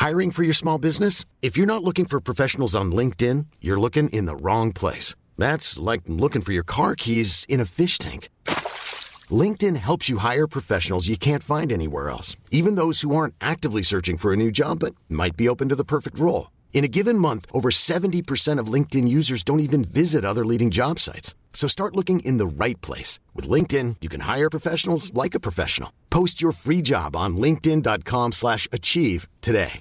Hiring for your small business? If you're not looking for professionals on LinkedIn, you're looking in the wrong place. That's like looking for your car keys in a fish tank. LinkedIn helps you hire professionals you can't find anywhere else, even those who aren't actively searching for a new job but might be open to the perfect role. In a given month, over 70% of LinkedIn users don't even visit other leading job sites. So start looking in the right place. With LinkedIn, you can hire professionals like a professional. Post your free job on linkedin.com/achieve today.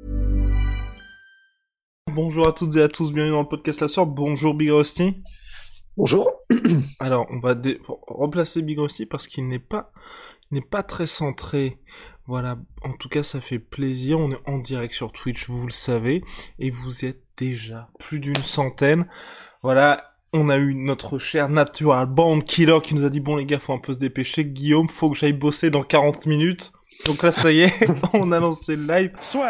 Bonjour à toutes et à tous, bienvenue dans le podcast La Soeur. Bonjour Big Rusty. Bonjour. Alors, on va replacer Big Rusty parce qu'il n'est pas très centré. Voilà, en tout cas, ça fait plaisir. On est en direct sur Twitch, vous le savez, et vous êtes déjà plus d'une centaine. Voilà, on a eu notre cher Natural Born Killer qui nous a dit, bon les gars, faut un peu se dépêcher. Guillaume, faut que j'aille bosser dans 40 minutes. Donc là, ça y est, on a lancé le live. Soit.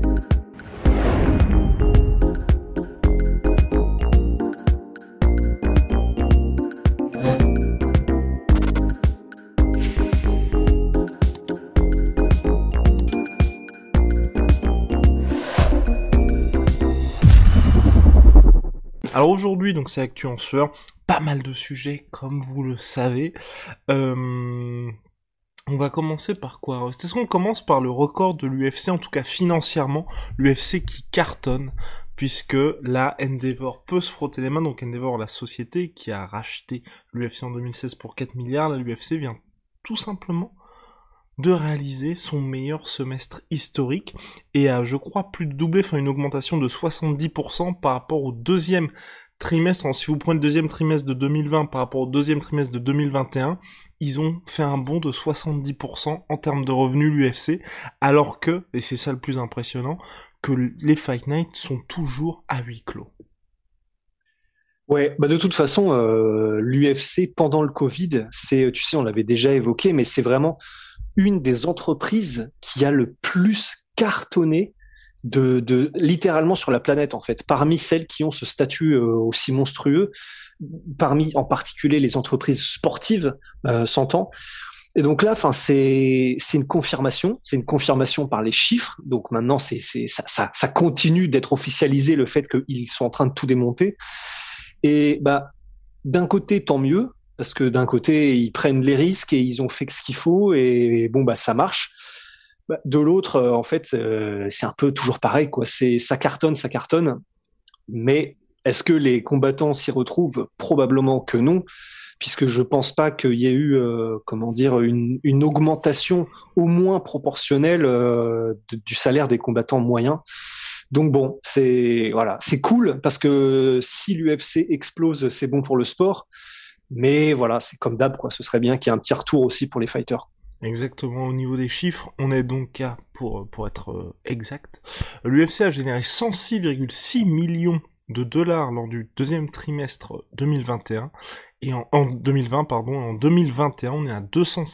Alors aujourd'hui, donc c'est Actu en sueur, pas mal de sujets, comme vous le savez. On va commencer par quoi? Est-ce qu'on commence par le record de l'UFC, en tout cas financièrement, l'UFC qui cartonne, puisque là, Endeavor peut se frotter les mains, donc Endeavor, la société qui a racheté l'UFC en 2016 pour 4 milliards, là l'UFC vient tout simplement de réaliser son meilleur semestre historique et a, je crois, plus de doublé, enfin une augmentation de 70% par rapport au deuxième trimestre. Alors, si vous prenez le deuxième trimestre de 2020 par rapport au deuxième trimestre de 2021, ils ont fait un bond de 70% en termes de revenus l'UFC, alors que, et c'est ça le plus impressionnant, que les Fight Night sont toujours à huis clos. Ouais, bah de toute façon, l'UFC pendant le Covid, tu sais, on l'avait déjà évoqué, mais c'est vraiment une des entreprises qui a le plus cartonné de littéralement sur la planète, en fait, parmi celles qui ont ce statut aussi monstrueux, parmi en particulier les entreprises sportives, s'entend. Et donc là, enfin, c'est une confirmation par les chiffres. Donc maintenant, ça continue d'être officialisé, le fait qu'ils sont en train de tout démonter. Et bah, d'un côté, tant mieux, parce que d'un côté, ils prennent les risques et ils ont fait ce qu'il faut et bon, bah, ça marche. Bah, de l'autre, en fait, c'est un peu toujours pareil, quoi. Ça cartonne. Mais est-ce que les combattants s'y retrouvent? Probablement que non, puisque je pense pas qu'il y ait eu, une augmentation au moins proportionnelle du salaire des combattants moyens. Donc bon, c'est cool parce que si l'UFC explose, c'est bon pour le sport. Mais voilà, c'est comme d'hab, quoi. Ce serait bien qu'il y ait un petit retour aussi pour les fighters. Exactement, au niveau des chiffres, on est donc à, pour être exact, l'UFC a généré 106,6 millions de dollars lors du deuxième trimestre 2021, et en 2020, en 2021, on est à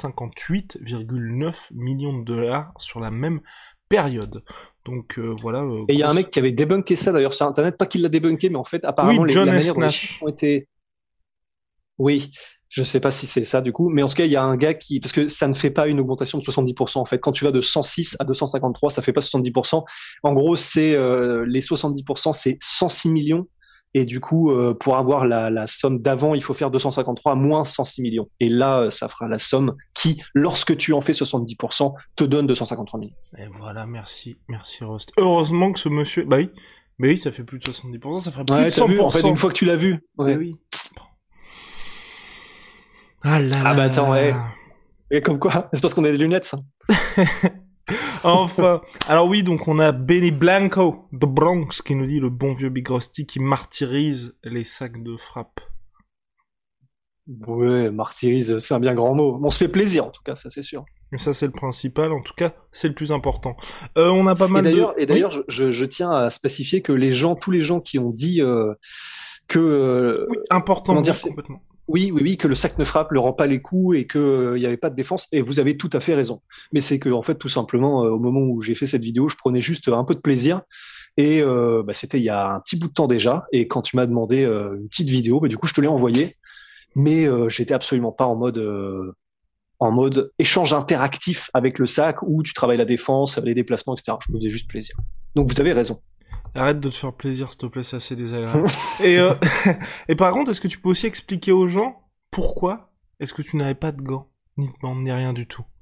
258,9 millions de dollars sur la même période. Donc voilà. Et il y a un mec qui avait débunké ça d'ailleurs sur internet, pas qu'il l'a débunké, mais en fait apparemment oui, la manière dont les chiffres ont été... Oui, je sais pas si c'est ça du coup, mais en tout cas il y a un gars parce que ça ne fait pas une augmentation de 70% en fait. Quand tu vas de 106 à 253, ça fait pas 70%. En gros, c'est les 70%, c'est 106 millions. Et du coup, pour avoir la somme d'avant, il faut faire 253 moins 106 millions. Et là, ça fera la somme qui, lorsque tu en fais 70%, te donne 253 millions. Et voilà, merci Rust. Heureusement que ce monsieur... Bah oui, ça fait plus de 70%, ça ferait plus de 100%. Vu, en fait, une fois que tu l'as vu. Ouais. Oui. Ah là là. Ah bah attends, ouais. Et comme quoi, c'est parce qu'on a des lunettes, ça. Enfin, alors oui, donc on a Benny Blanco de Bronx qui nous dit le bon vieux Big Rusty qui martyrise les sacs de frappe. Ouais, martyrise, c'est un bien grand mot. On se fait plaisir, en tout cas, ça c'est sûr. Et ça c'est le principal, en tout cas, c'est le plus important. On a pas mal et d'ailleurs, oui, je tiens à spécifier que tous les gens qui ont dit que... oui, important, complètement. Oui, que le sac ne frappe, ne rend pas les coups et que y avait pas de défense. Et vous avez tout à fait raison. Mais c'est que, en fait, tout simplement, au moment où j'ai fait cette vidéo, je prenais juste un peu de plaisir. Et c'était il y a un petit bout de temps déjà. Et quand tu m'as demandé une petite vidéo, du coup, je te l'ai envoyée. Mais j'étais absolument pas en en mode échange interactif avec le sac où tu travailles la défense, les déplacements, etc. Je me faisais juste plaisir. Donc vous avez raison. Arrête de te faire plaisir, s'il te plaît, c'est assez désagréable. Et, et par contre, est-ce que tu peux aussi expliquer aux gens pourquoi est-ce que tu n'avais pas de gants, ni de bandes, ni rien du tout?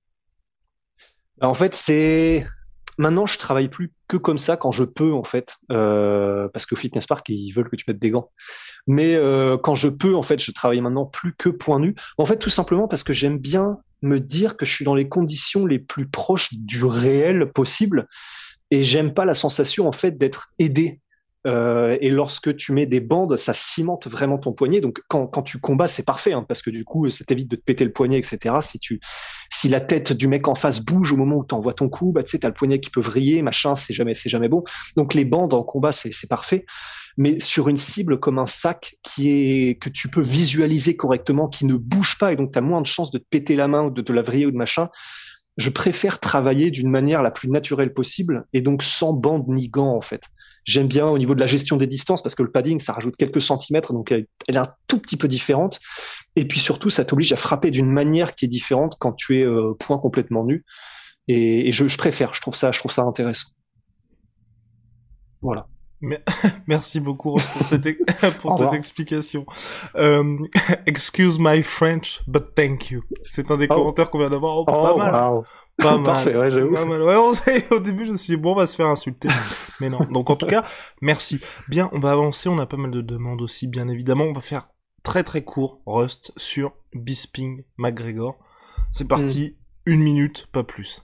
En fait, maintenant, je travaille plus que comme ça quand je peux, en fait, parce qu'au Fitness Park, ils veulent que tu mettes des gants. Mais quand je peux, en fait, je travaille maintenant plus que point nu. En fait, tout simplement parce que j'aime bien me dire que je suis dans les conditions les plus proches du réel possible, et j'aime pas la sensation, en fait, d'être aidé. Et lorsque tu mets des bandes, ça cimente vraiment ton poignet. Donc quand tu combats, c'est parfait, hein, parce que du coup, ça t'évite de te péter le poignet, etc. Si la tête du mec en face bouge au moment où t'envoies ton coup, bah tu sais, t'as le poignet qui peut vriller, machin, c'est jamais bon. Donc les bandes en combat, c'est parfait. Mais sur une cible comme un sac que tu peux visualiser correctement, qui ne bouge pas, et donc t'as moins de chances de te péter la main ou de te la vriller ou de machin. Je préfère travailler d'une manière la plus naturelle possible, et donc sans bande ni gants, en fait. J'aime bien au niveau de la gestion des distances, parce que le padding, ça rajoute quelques centimètres, donc elle est un tout petit peu différente. Et puis surtout, ça t'oblige à frapper d'une manière qui est différente quand tu es point complètement nu. Et je préfère, je trouve ça intéressant. Voilà. Mais, merci beaucoup Ross, pour cette explication. Excuse my French, but thank you. C'est un des commentaires qu'on vient d'avoir. Oh, pas mal. Wow. Pas mal. Parfait, ouais, j'avoue. Pas mal. Ouais, au début, je me suis dit, bon, on va se faire insulter. Mais non. Donc, en tout cas, merci. Bien, on va avancer. On a pas mal de demandes aussi, bien évidemment. On va faire très très court, Rust, sur Bisping McGregor. C'est parti. 1 minute, pas plus.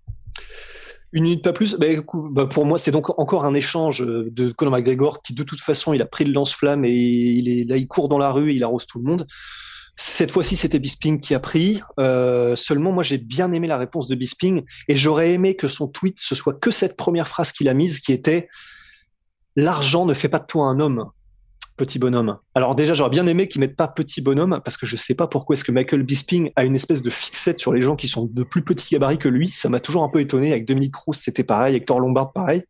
1 minute, pas plus. Bah, pour moi, c'est donc encore un échange de Conor McGregor qui, de toute façon, il a pris le lance-flamme et il court dans la rue et il arrose tout le monde. Cette fois-ci, c'était Bisping qui a pris. Seulement, moi, j'ai bien aimé la réponse de Bisping et j'aurais aimé que son tweet, ce soit que cette première phrase qu'il a mise, qui était « L'argent ne fait pas de toi un homme, petit bonhomme ». Alors déjà, j'aurais bien aimé qu'il mette pas petit bonhomme, parce que je sais pas pourquoi est-ce que Michael Bisping a une espèce de fixette sur les gens qui sont de plus petits gabarits que lui. Ça m'a toujours un peu étonné. Avec Dominic Cruz, c'était pareil. Avec Thor Lombard, pareil.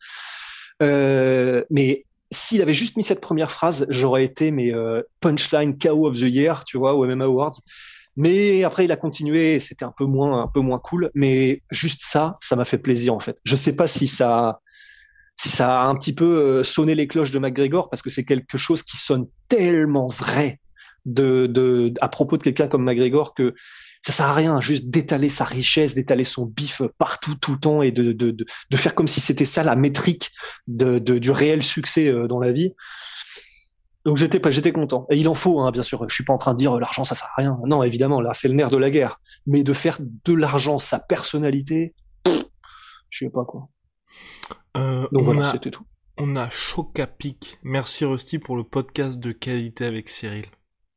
Mais s'il avait juste mis cette première phrase, j'aurais été punchline KO of the Year, tu vois, au MMA Awards. Mais après, il a continué, c'était un peu moins cool. Mais juste ça m'a fait plaisir, en fait. Je sais pas si ça a un petit peu sonné les cloches de McGregor, parce que c'est quelque chose qui sonne tellement vrai à propos de quelqu'un comme McGregor, que ça sert à rien juste d'étaler sa richesse, d'étaler son bif partout, tout le temps, et de faire comme si c'était ça la métrique du réel succès dans la vie. Donc j'étais content. Et il en faut, hein, bien sûr. Je suis pas en train de dire l'argent ça sert à rien. Non, évidemment, là c'est le nerf de la guerre. Mais de faire de l'argent sa personnalité, je sais pas quoi. Donc voilà, c'était tout. On a Chocapic. Merci Rusty pour le podcast de qualité avec Cyril.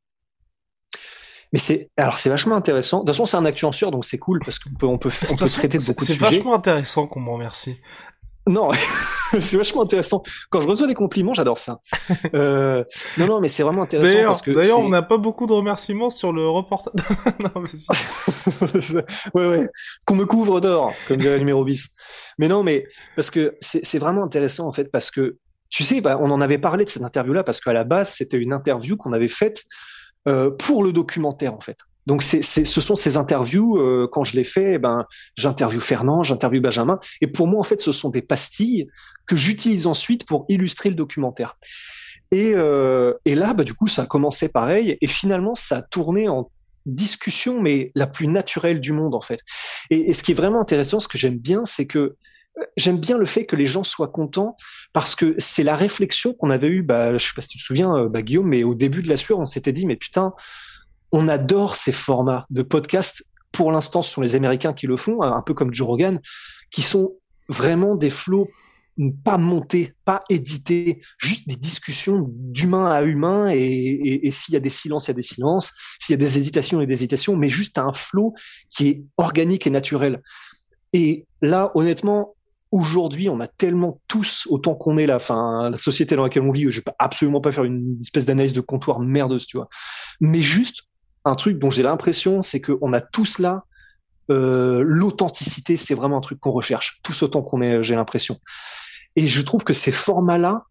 Mais c'est vachement intéressant. De toute façon, c'est un actuanceur, donc c'est cool parce qu'on peut traiter de beaucoup de sujets. C'est vachement intéressant qu'on me remercie. Non, c'est vachement intéressant. Quand je reçois des compliments, j'adore ça. Non, mais c'est vraiment intéressant parce que d'ailleurs, on n'a pas beaucoup de remerciements sur le reportage. Non, vas-y. ouais. Qu'on me couvre d'or, comme dirait le numéro bis. Mais non, mais parce que c'est vraiment intéressant en fait, parce que tu sais, on en avait parlé de cette interview-là parce qu'à la base, c'était une interview qu'on avait faite pour le documentaire en fait. Donc ce sont ces interviews, quand je les fais, j'interviewe Fernand, j'interviewe Benjamin, et pour moi en fait ce sont des pastilles que j'utilise ensuite pour illustrer le documentaire. Et là du coup ça a commencé pareil, et finalement ça a tourné en discussion mais la plus naturelle du monde en fait. Et ce qui est vraiment intéressant, ce que j'aime bien, c'est que j'aime bien le fait que les gens soient contents, parce que c'est la réflexion qu'on avait eue, je sais pas si tu te souviens, Guillaume, mais au début de la sueur, on s'était dit, mais putain, on adore ces formats de podcast. Pour l'instant, ce sont les Américains qui le font, un peu comme Joe Rogan, qui sont vraiment des flows pas montés, pas édités, juste des discussions d'humain à humain, et s'il y a des silences, il y a des silences, s'il y a des hésitations, il y a des hésitations, mais juste un flow qui est organique et naturel. Et là, honnêtement, aujourd'hui, on a tellement tous, autant qu'on est là, la société dans laquelle on vit, je vais absolument pas faire une espèce d'analyse de comptoir merdeuse, tu vois. Mais juste, un truc dont j'ai l'impression, c'est qu'on a tous là, l'authenticité, c'est vraiment un truc qu'on recherche, tous autant qu'on est, j'ai l'impression. Et je trouve que ces formats-là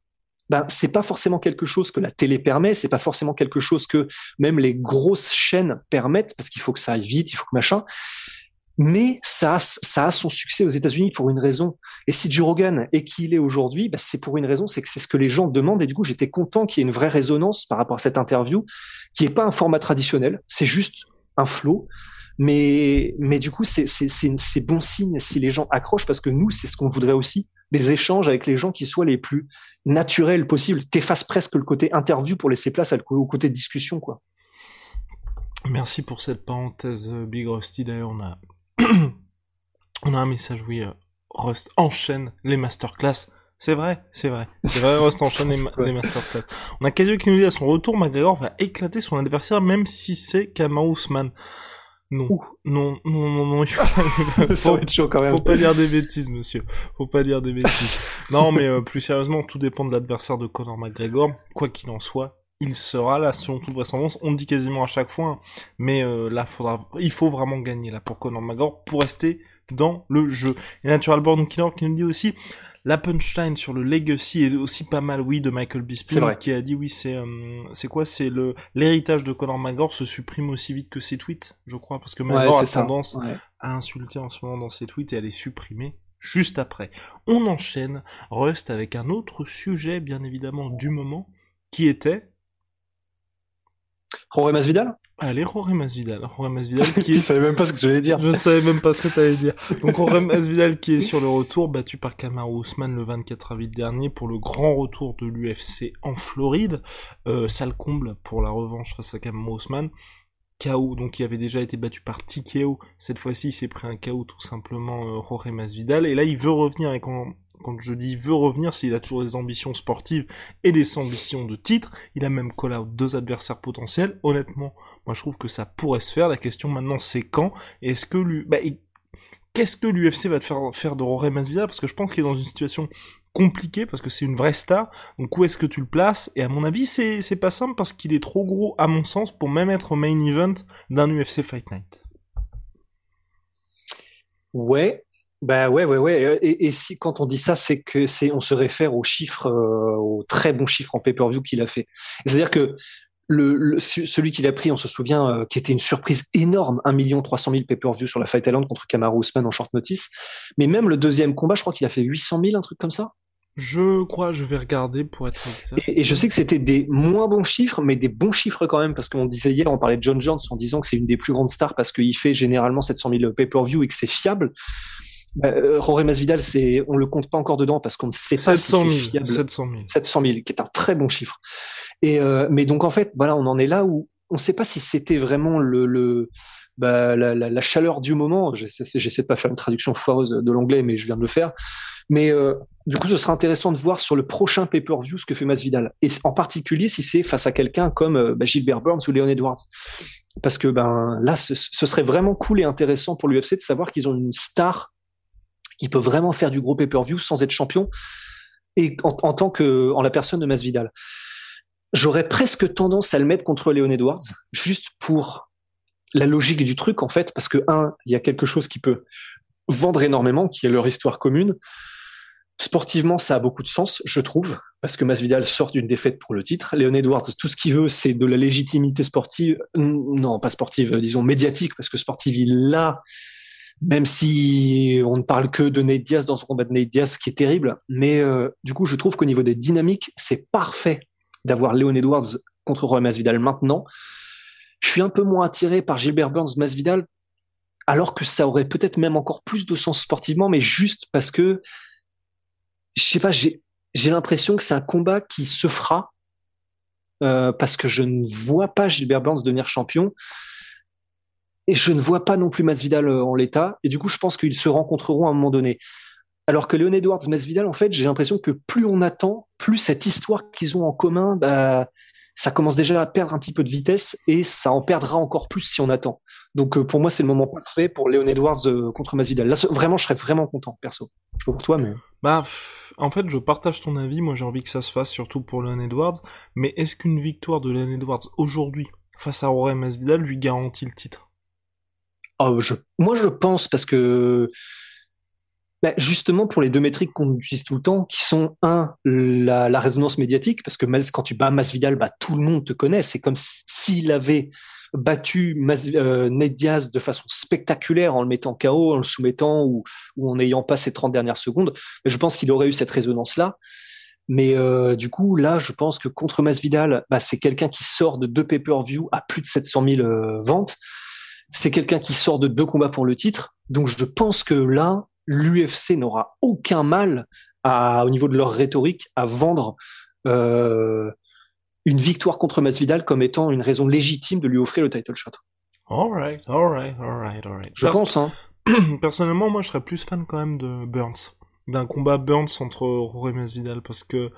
c'est pas forcément quelque chose que la télé permet, c'est pas forcément quelque chose que même les grosses chaînes permettent, parce qu'il faut que ça aille vite, il faut que machin. Mais ça a son succès aux États-Unis pour une raison. Et si Joe Rogan est qui il est aujourd'hui, c'est pour une raison, c'est que c'est ce que les gens demandent. Et du coup, j'étais content qu'il y ait une vraie résonance par rapport à cette interview, qui est pas un format traditionnel, c'est juste un flow. Mais du coup, c'est bon signe si les gens accrochent, parce que nous, c'est ce qu'on voudrait aussi, des échanges avec les gens qui soient les plus naturels possibles. T'effaces presque le côté interview pour laisser place au côté discussion, quoi. Merci pour cette parenthèse, Big Rusty. D'ailleurs, on a un message, oui, Rust enchaîne les masterclass. C'est vrai, Rust enchaîne les masterclass. On a Casio qui nous dit à son retour, McGregor va éclater son adversaire même si c'est Kamaru Usman. Non, il faut, ça va être chaud quand même. Faut pas dire des bêtises, monsieur. Faut pas dire des bêtises. Non, mais plus sérieusement, tout dépend de l'adversaire de Conor McGregor. Quoi qu'il en soit, il sera là, selon toute vraisemblance. On le dit quasiment à chaque fois, hein. Mais là, il faut vraiment gagner là pour Conor McGregor pour rester dans le jeu. Et Natural Born Killer qui nous dit aussi la punchline sur le legacy est aussi pas mal, oui, de Michael Bisping, qui a dit oui, c'est quoi, c'est l'héritage de Conor McGregor se supprime aussi vite que ses tweets, je crois, parce que McGregor a tendance à insulter en ce moment dans ses tweets et à les supprimer juste après. On enchaîne, Rust, avec un autre sujet, bien évidemment, du moment, qui était Jorge Masvidal. Allez, Jorge Masvidal qui Tu savais même pas ce que j'allais dire. Je ne savais même pas ce que t'allais dire. Donc Jorge Masvidal qui est sur le retour, battu par Kamaru Usman le 24 avril dernier pour le grand retour de l'UFC en Floride. Ça le comble pour la revanche face à Kamaru Usman. KO, donc il avait déjà été battu par TKO. Cette fois-ci, il s'est pris un KO tout simplement, Jorge Masvidal. Et là, il veut revenir, et quand je dis il veut revenir, c'est qu'il a toujours des ambitions sportives et des ambitions de titre. Il a même call out 2 adversaires potentiels. Honnêtement, moi je trouve que ça pourrait se faire. La question maintenant, c'est quand. Et est-ce que qu'est-ce que l'UFC va te faire de Jorge Masvidal? Parce que je pense qu'il est dans une situation compliquée, parce que c'est une vraie star. Donc où est-ce que tu le places? Et à mon avis, c'est pas simple, parce qu'il est trop gros, à mon sens, pour même être main event d'un UFC Fight Night. Ouais. Et si, quand on dit ça, c'est que on se réfère aux chiffres, aux très bons chiffres en pay-per-view qu'il a fait. C'est-à-dire que celui qu'il a pris, on se souvient, qui était une surprise énorme, 1 300 000 pay-per-view sur la Fight Island contre Kamaru Usman en short notice. Mais même le deuxième combat, je crois qu'il a fait 800 000, un truc comme ça. Je crois, je vais regarder pour être exact. Et je sais que c'était des moins bons chiffres, mais des bons chiffres quand même, parce qu'on disait hier, on parlait de John Jones en disant que c'est une des plus grandes stars parce qu'il fait généralement 700 000 pay-per-view et que c'est fiable. Jorge Masvidal, on le compte pas encore dedans parce qu'on ne sait pas si c'est fiable. 700 000, qui est un très bon chiffre. Mais donc en fait, voilà, on en est là où on ne sait pas si c'était vraiment la chaleur du moment. J'essaie de pas faire une traduction foireuse de l'anglais, mais je viens de le faire. Mais du coup, ce sera intéressant de voir sur le prochain pay-per-view ce que fait Masvidal, et en particulier si c'est face à quelqu'un comme Gilbert Burns ou Leon Edwards, parce que là, ce serait vraiment cool et intéressant pour l'UFC de savoir qu'ils ont une star qui peut vraiment faire du gros pay-per-view sans être champion, et en la personne de Masvidal. J'aurais presque tendance à le mettre contre Leon Edwards, juste pour la logique du truc, en fait, parce que il y a quelque chose qui peut vendre énormément, qui est leur histoire commune. Sportivement, ça a beaucoup de sens, je trouve, parce que Masvidal sort d'une défaite pour le titre. Leon Edwards, tout ce qu'il veut, c'est de la légitimité sportive. Non, pas sportive, disons médiatique, parce que sportive, il l'a, même si on ne parle que de Nate Diaz dans son combat de Nate Diaz, qui est terrible. Mais du coup, je trouve qu'au niveau des dynamiques, c'est parfait d'avoir Leon Edwards contre Jorge Masvidal maintenant. Je suis un peu moins attiré par Gilbert Burns-Masvidal, alors que ça aurait peut-être même encore plus de sens sportivement, mais juste parce que je sais pas, j'ai l'impression que c'est un combat qui se fera, parce que je ne vois pas Gilbert Burns devenir champion, et je ne vois pas non plus Masvidal en l'état, et du coup je pense qu'ils se rencontreront à un moment donné. Alors que Leon Edwards, Masvidal, en fait, j'ai l'impression que plus on attend, plus cette histoire qu'ils ont en commun, ça commence déjà à perdre un petit peu de vitesse, et ça en perdra encore plus si on attend. Donc pour moi, c'est le moment parfait pour Leon Edwards contre Masvidal. Là, vraiment, je serais vraiment content, perso. Je sais pas pour toi, mais... En fait, je partage ton avis. Moi, j'ai envie que ça se fasse, surtout pour Leon Edwards. Mais est-ce qu'une victoire de Leon Edwards aujourd'hui, face à Jorge Masvidal, lui garantit le titre? Moi, je pense, parce que Bah, justement, pour les deux métriques qu'on utilise tout le temps, qui sont la résonance médiatique, parce que quand tu bats Masvidal, bah, tout le monde te connaît. C'est comme s'il avait battu Nate Diaz de façon spectaculaire en le mettant KO, en le soumettant ou en n'ayant pas ces 30 dernières secondes. Mais je pense qu'il aurait eu cette résonance-là. Mais du coup, là, je pense que contre Masvidal, bah, c'est quelqu'un qui sort de deux pay-per-view à plus de 700 000 ventes. C'est quelqu'un qui sort de deux combats pour le titre. Donc, je pense que là, l'UFC n'aura aucun mal au niveau de leur rhétorique à vendre une victoire contre Masvidal comme étant une raison légitime de lui offrir le title shot. Alright. Je pense, hein. Personnellement, moi, je serais plus fan quand même de Burns. D'un combat Burns entre Rory et Masvidal, parce que...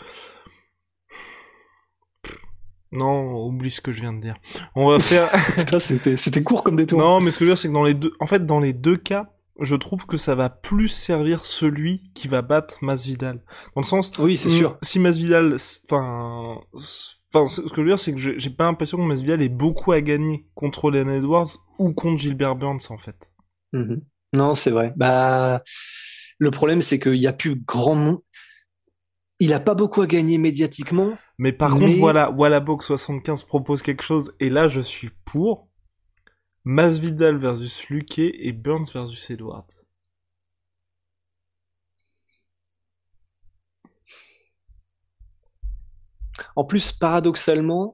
Non, oublie ce que je viens de dire. On va faire... Putain, c'était court comme détour. Non, mais ce que je veux dire, c'est que dans les deux cas, je trouve que ça va plus servir celui qui va battre Masvidal. Dans le sens... Oui, c'est sûr. Si Masvidal... Enfin, ce que je veux dire, c'est que j'ai pas l'impression que Masvidal ait beaucoup à gagner contre Leon Edwards ou contre Gilbert Burns, en fait. Mm-hmm. Non, c'est vrai. Bah... Le problème, c'est qu'il y a plus grand nom. Il a pas beaucoup à gagner médiatiquement. Mais par contre, voilà, Wallabox 75 propose quelque chose, et là, je suis pour Masvidal versus Luque et Burns versus Edwards. En plus, paradoxalement,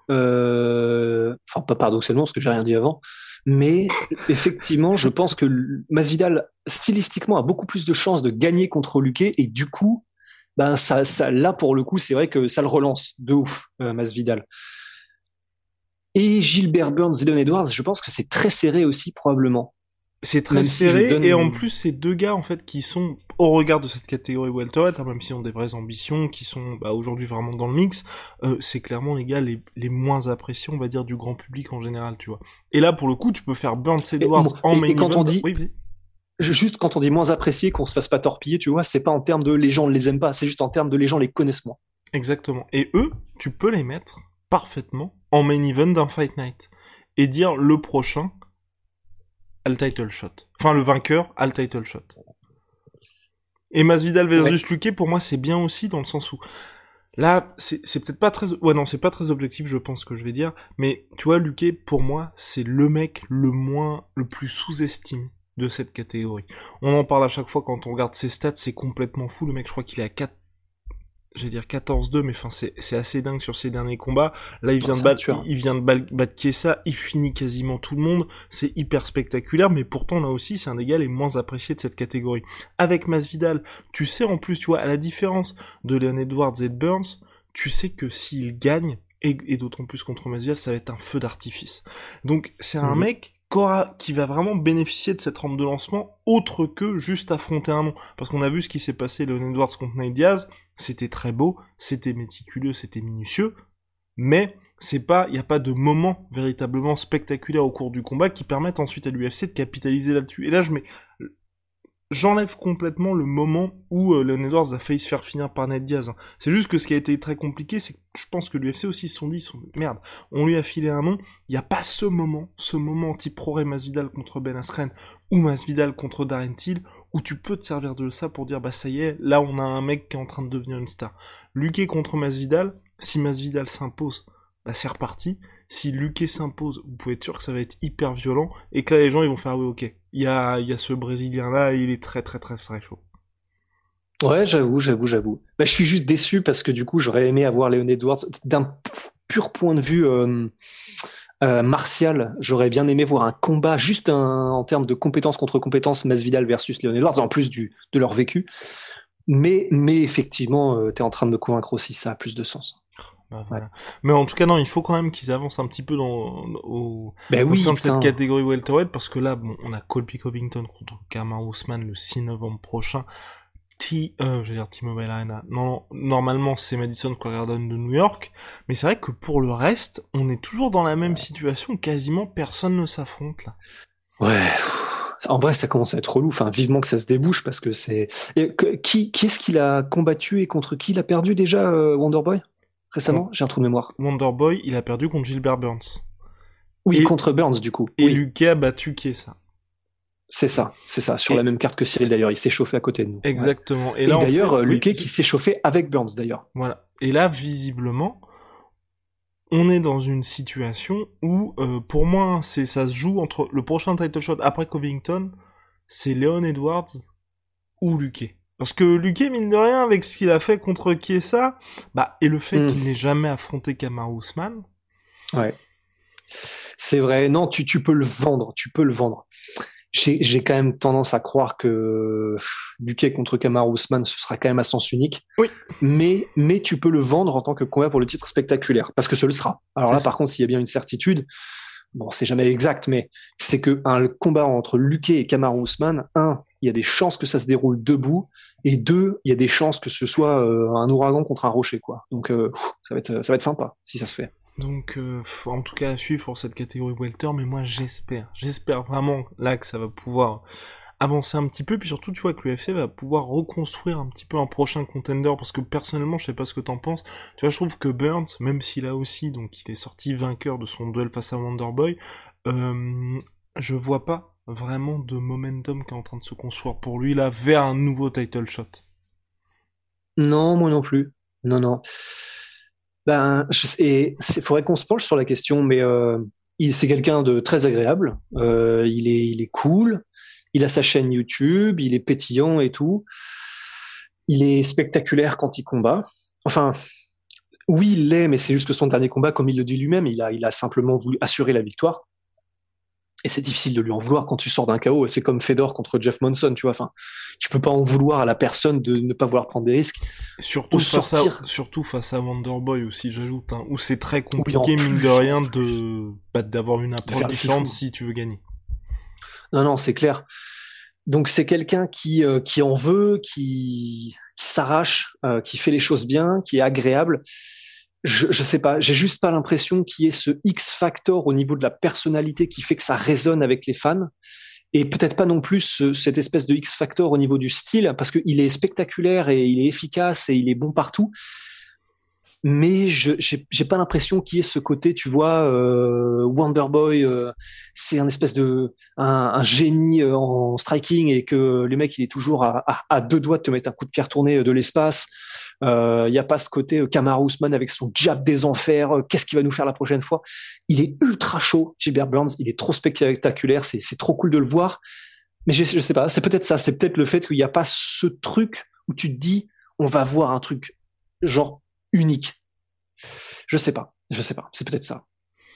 enfin pas paradoxalement parce que j'ai rien dit avant, mais effectivement, je pense que Masvidal stylistiquement a beaucoup plus de chances de gagner contre Luque et du coup, ben ça là pour le coup, c'est vrai que ça le relance de ouf, Masvidal. Et Gilbert Burns et Leon Edwards, je pense que c'est très serré aussi probablement. C'est très serré, et en plus, c'est deux gars, en fait, qui sont, au regard de cette catégorie welterweight, même s'ils ont des vraies ambitions, qui sont, aujourd'hui vraiment dans le mix, c'est clairement les gars les moins appréciés, on va dire, du grand public en général, tu vois. Et là, pour le coup, tu peux faire Burns Edwards en main event. Quand on dit, oui, juste quand on dit moins apprécié, qu'on se fasse pas torpiller, tu vois, c'est pas en termes de les gens les aiment pas, c'est juste en termes de les gens les connaissent moins. Exactement. Et eux, tu peux les mettre parfaitement en main event d'un Fight Night. Et dire le prochain, à le title shot. Enfin, le vainqueur à le title shot. Et Masvidal versus Luque, pour moi, c'est bien aussi, dans le sens où, là, c'est peut-être pas très, c'est pas très objectif, je pense, que je vais dire, mais, tu vois, Luque, pour moi, c'est le mec le plus sous-estimé de cette catégorie. On en parle à chaque fois quand on regarde ses stats, c'est complètement fou, le mec, je crois qu'il est à 14-2, mais enfin c'est assez dingue sur ses derniers combats. Là il vient de battre Chiesa, il finit quasiment tout le monde, c'est hyper spectaculaire, mais pourtant là aussi c'est un des gars les moins appréciés de cette catégorie. Avec Masvidal, tu sais en plus, tu vois, à la différence de Leon Edwards et de Burns, tu sais que s'il gagne, et d'autant plus contre Masvidal, ça va être un feu d'artifice. Donc c'est un mec qui va vraiment bénéficier de cette rampe de lancement autre que juste affronter un nom. Parce qu'on a vu ce qui s'est passé Leon Edwards contre Nate Diaz, c'était très beau, c'était méticuleux, c'était minutieux, mais il n'y a pas de moment véritablement spectaculaire au cours du combat qui permettent ensuite à l'UFC de capitaliser là-dessus. Et là, j'enlève complètement le moment où Leon Edwards a failli se faire finir par Nate Diaz. C'est juste que ce qui a été très compliqué, c'est que je pense que l'UFC aussi se sont dit, merde, on lui a filé un nom, il n'y a pas ce moment type Rory Masvidal contre Ben Askren ou Masvidal contre Darren Till, où tu peux te servir de ça pour dire, bah ça y est, là on a un mec qui est en train de devenir une star. Luque contre Masvidal, si Masvidal s'impose, bah c'est reparti. Si Luque s'impose, vous pouvez être sûr que ça va être hyper violent, et que là les gens ils vont faire, oui ok, il y a ce Brésilien là, et il est très très très très chaud. Ouais, j'avoue. Bah, je suis juste déçu parce que du coup j'aurais aimé avoir Leon Edwards d'un pur point de vue martial. J'aurais bien aimé voir un combat juste en termes de compétences contre compétences, Masvidal versus Leon Edwards, en plus de leur vécu. Mais effectivement, t'es en train de me convaincre aussi, ça a plus de sens. Bah, voilà. Mais en tout cas, non, il faut quand même qu'ils avancent un petit peu au sein de cette catégorie welterweight, parce que là, bon, on a Colby Covington contre Kamaru Usman le 6 novembre prochain. T-Mobile Arena. Non, normalement, c'est Madison Square Garden de New York. Mais c'est vrai que pour le reste, on est toujours dans la même situation. Quasiment personne ne s'affronte, là. Ouais. En vrai, ça commence à être relou. Enfin, vivement que ça se débouche parce que c'est... Qui est-ce qu'il a combattu et contre qui il a perdu déjà, Wonderboy? Récemment, j'ai un trou de mémoire. Wonderboy, il a perdu contre Gilbert Burns. Oui, contre Burns, du coup. Et oui. Luque a battu Chiesa. C'est ça. Sur la même carte que Cyril d'ailleurs, il s'est chauffé à côté de nous. Exactement. Ouais. Et là, d'ailleurs, Luque qui s'est chauffé avec Burns d'ailleurs. Voilà. Et là, visiblement, on est dans une situation où, pour moi, ça se joue entre le prochain title shot après Covington, c'est Leon Edwards ou Luque. Parce que Luque, mine de rien, avec ce qu'il a fait contre Chiesa, et le fait qu'il n'ait jamais affronté Kamaru Usman. Ouais. C'est vrai. Non, tu peux le vendre. J'ai quand même tendance à croire que Luque contre Kamaru Usman, ce sera quand même à sens unique. Oui. Mais tu peux le vendre en tant que combat pour le titre spectaculaire, parce que ce le sera. Alors là, par contre, s'il y a bien une certitude, bon, c'est jamais exact, mais c'est que un combat entre Luque et Kamaru Usman, il y a des chances que ça se déroule debout, et 2, il y a des chances que ce soit un ouragan contre un rocher, quoi. Donc ça va être sympa si ça se fait. Donc, en tout cas, à suivre pour cette catégorie welter, mais moi, j'espère vraiment, là, que ça va pouvoir avancer un petit peu, puis surtout, tu vois, que l'UFC va pouvoir reconstruire un petit peu un prochain contender, parce que personnellement, je sais pas ce que t'en penses, tu vois, je trouve que Burns, même s'il a aussi, donc, il est sorti vainqueur de son duel face à Wonderboy, je vois pas vraiment de momentum qui est en train de se construire pour lui, là, vers un nouveau title shot. Non, moi non plus. Non. Faudrait qu'on se penche sur la question, mais c'est quelqu'un de très agréable. Il est cool. Il a sa chaîne YouTube. Il est pétillant et tout. Il est spectaculaire quand il combat. Enfin, oui, il l'est, mais c'est juste que son dernier combat, comme il le dit lui-même, il a simplement voulu assurer la victoire. Et c'est difficile de lui en vouloir quand tu sors d'un KO. C'est comme Fedor contre Jeff Monson, tu vois. Enfin, tu peux pas en vouloir à la personne de ne pas vouloir prendre des risques. Surtout face à Wonderboy aussi, j'ajoute, où c'est très compliqué, mine de rien, d'avoir une approche différente si tu veux gagner. Non, c'est clair. Donc c'est quelqu'un qui en veut, qui s'arrache, qui fait les choses bien, qui est agréable. Je sais pas, j'ai juste pas l'impression qu'il y ait ce X factor au niveau de la personnalité qui fait que ça résonne avec les fans, et peut-être pas non plus cette espèce de X factor au niveau du style, parce qu'il est spectaculaire et il est efficace et il est bon partout, mais j'ai pas l'impression qu'il y ait ce côté, tu vois, Wonderboy, c'est un espèce de un génie en striking, et que le mec il est toujours à 2 doigts de te mettre un coup de pierre tourné de l'espace. Il y a pas ce côté Kamaru Usman avec son jab des enfers, qu'est-ce qu'il va nous faire la prochaine fois. Il est ultra chaud, Gilbert Burns, il est trop spectaculaire, c'est trop cool de le voir. Mais je sais pas, c'est peut-être ça, c'est peut-être le fait qu'il n'y a pas ce truc où tu te dis on va voir un truc genre unique. Je sais pas, c'est peut-être ça.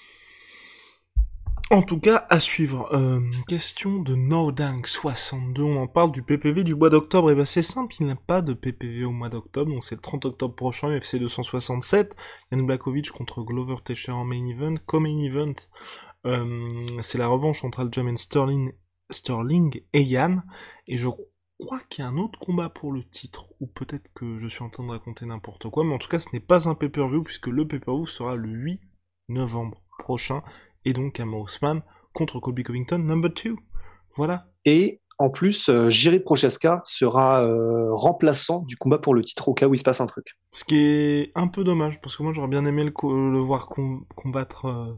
En tout cas, à suivre. Question de Nodang62, on en parle du PPV du mois d'octobre. Et c'est simple, il n'y a pas de PPV au mois d'octobre, donc c'est le 30 octobre prochain, UFC 267. Jan Blachowicz contre Glover Teixeira en main event. Co-main event, c'est la revanche entre Aljamain Sterling et Yann. Et je crois qu'il y a un autre combat pour le titre, ou peut-être que je suis en train de raconter n'importe quoi, mais en tout cas, ce n'est pas un pay-per-view, puisque le pay-per-view sera le 8 novembre prochain. Et donc Kamaru Usman contre Colby Covington, number 2. Voilà. Et en plus, Jiri Prochazka sera remplaçant du combat pour le titre au cas où il se passe un truc. Ce qui est un peu dommage, parce que moi j'aurais bien aimé le voir combattre...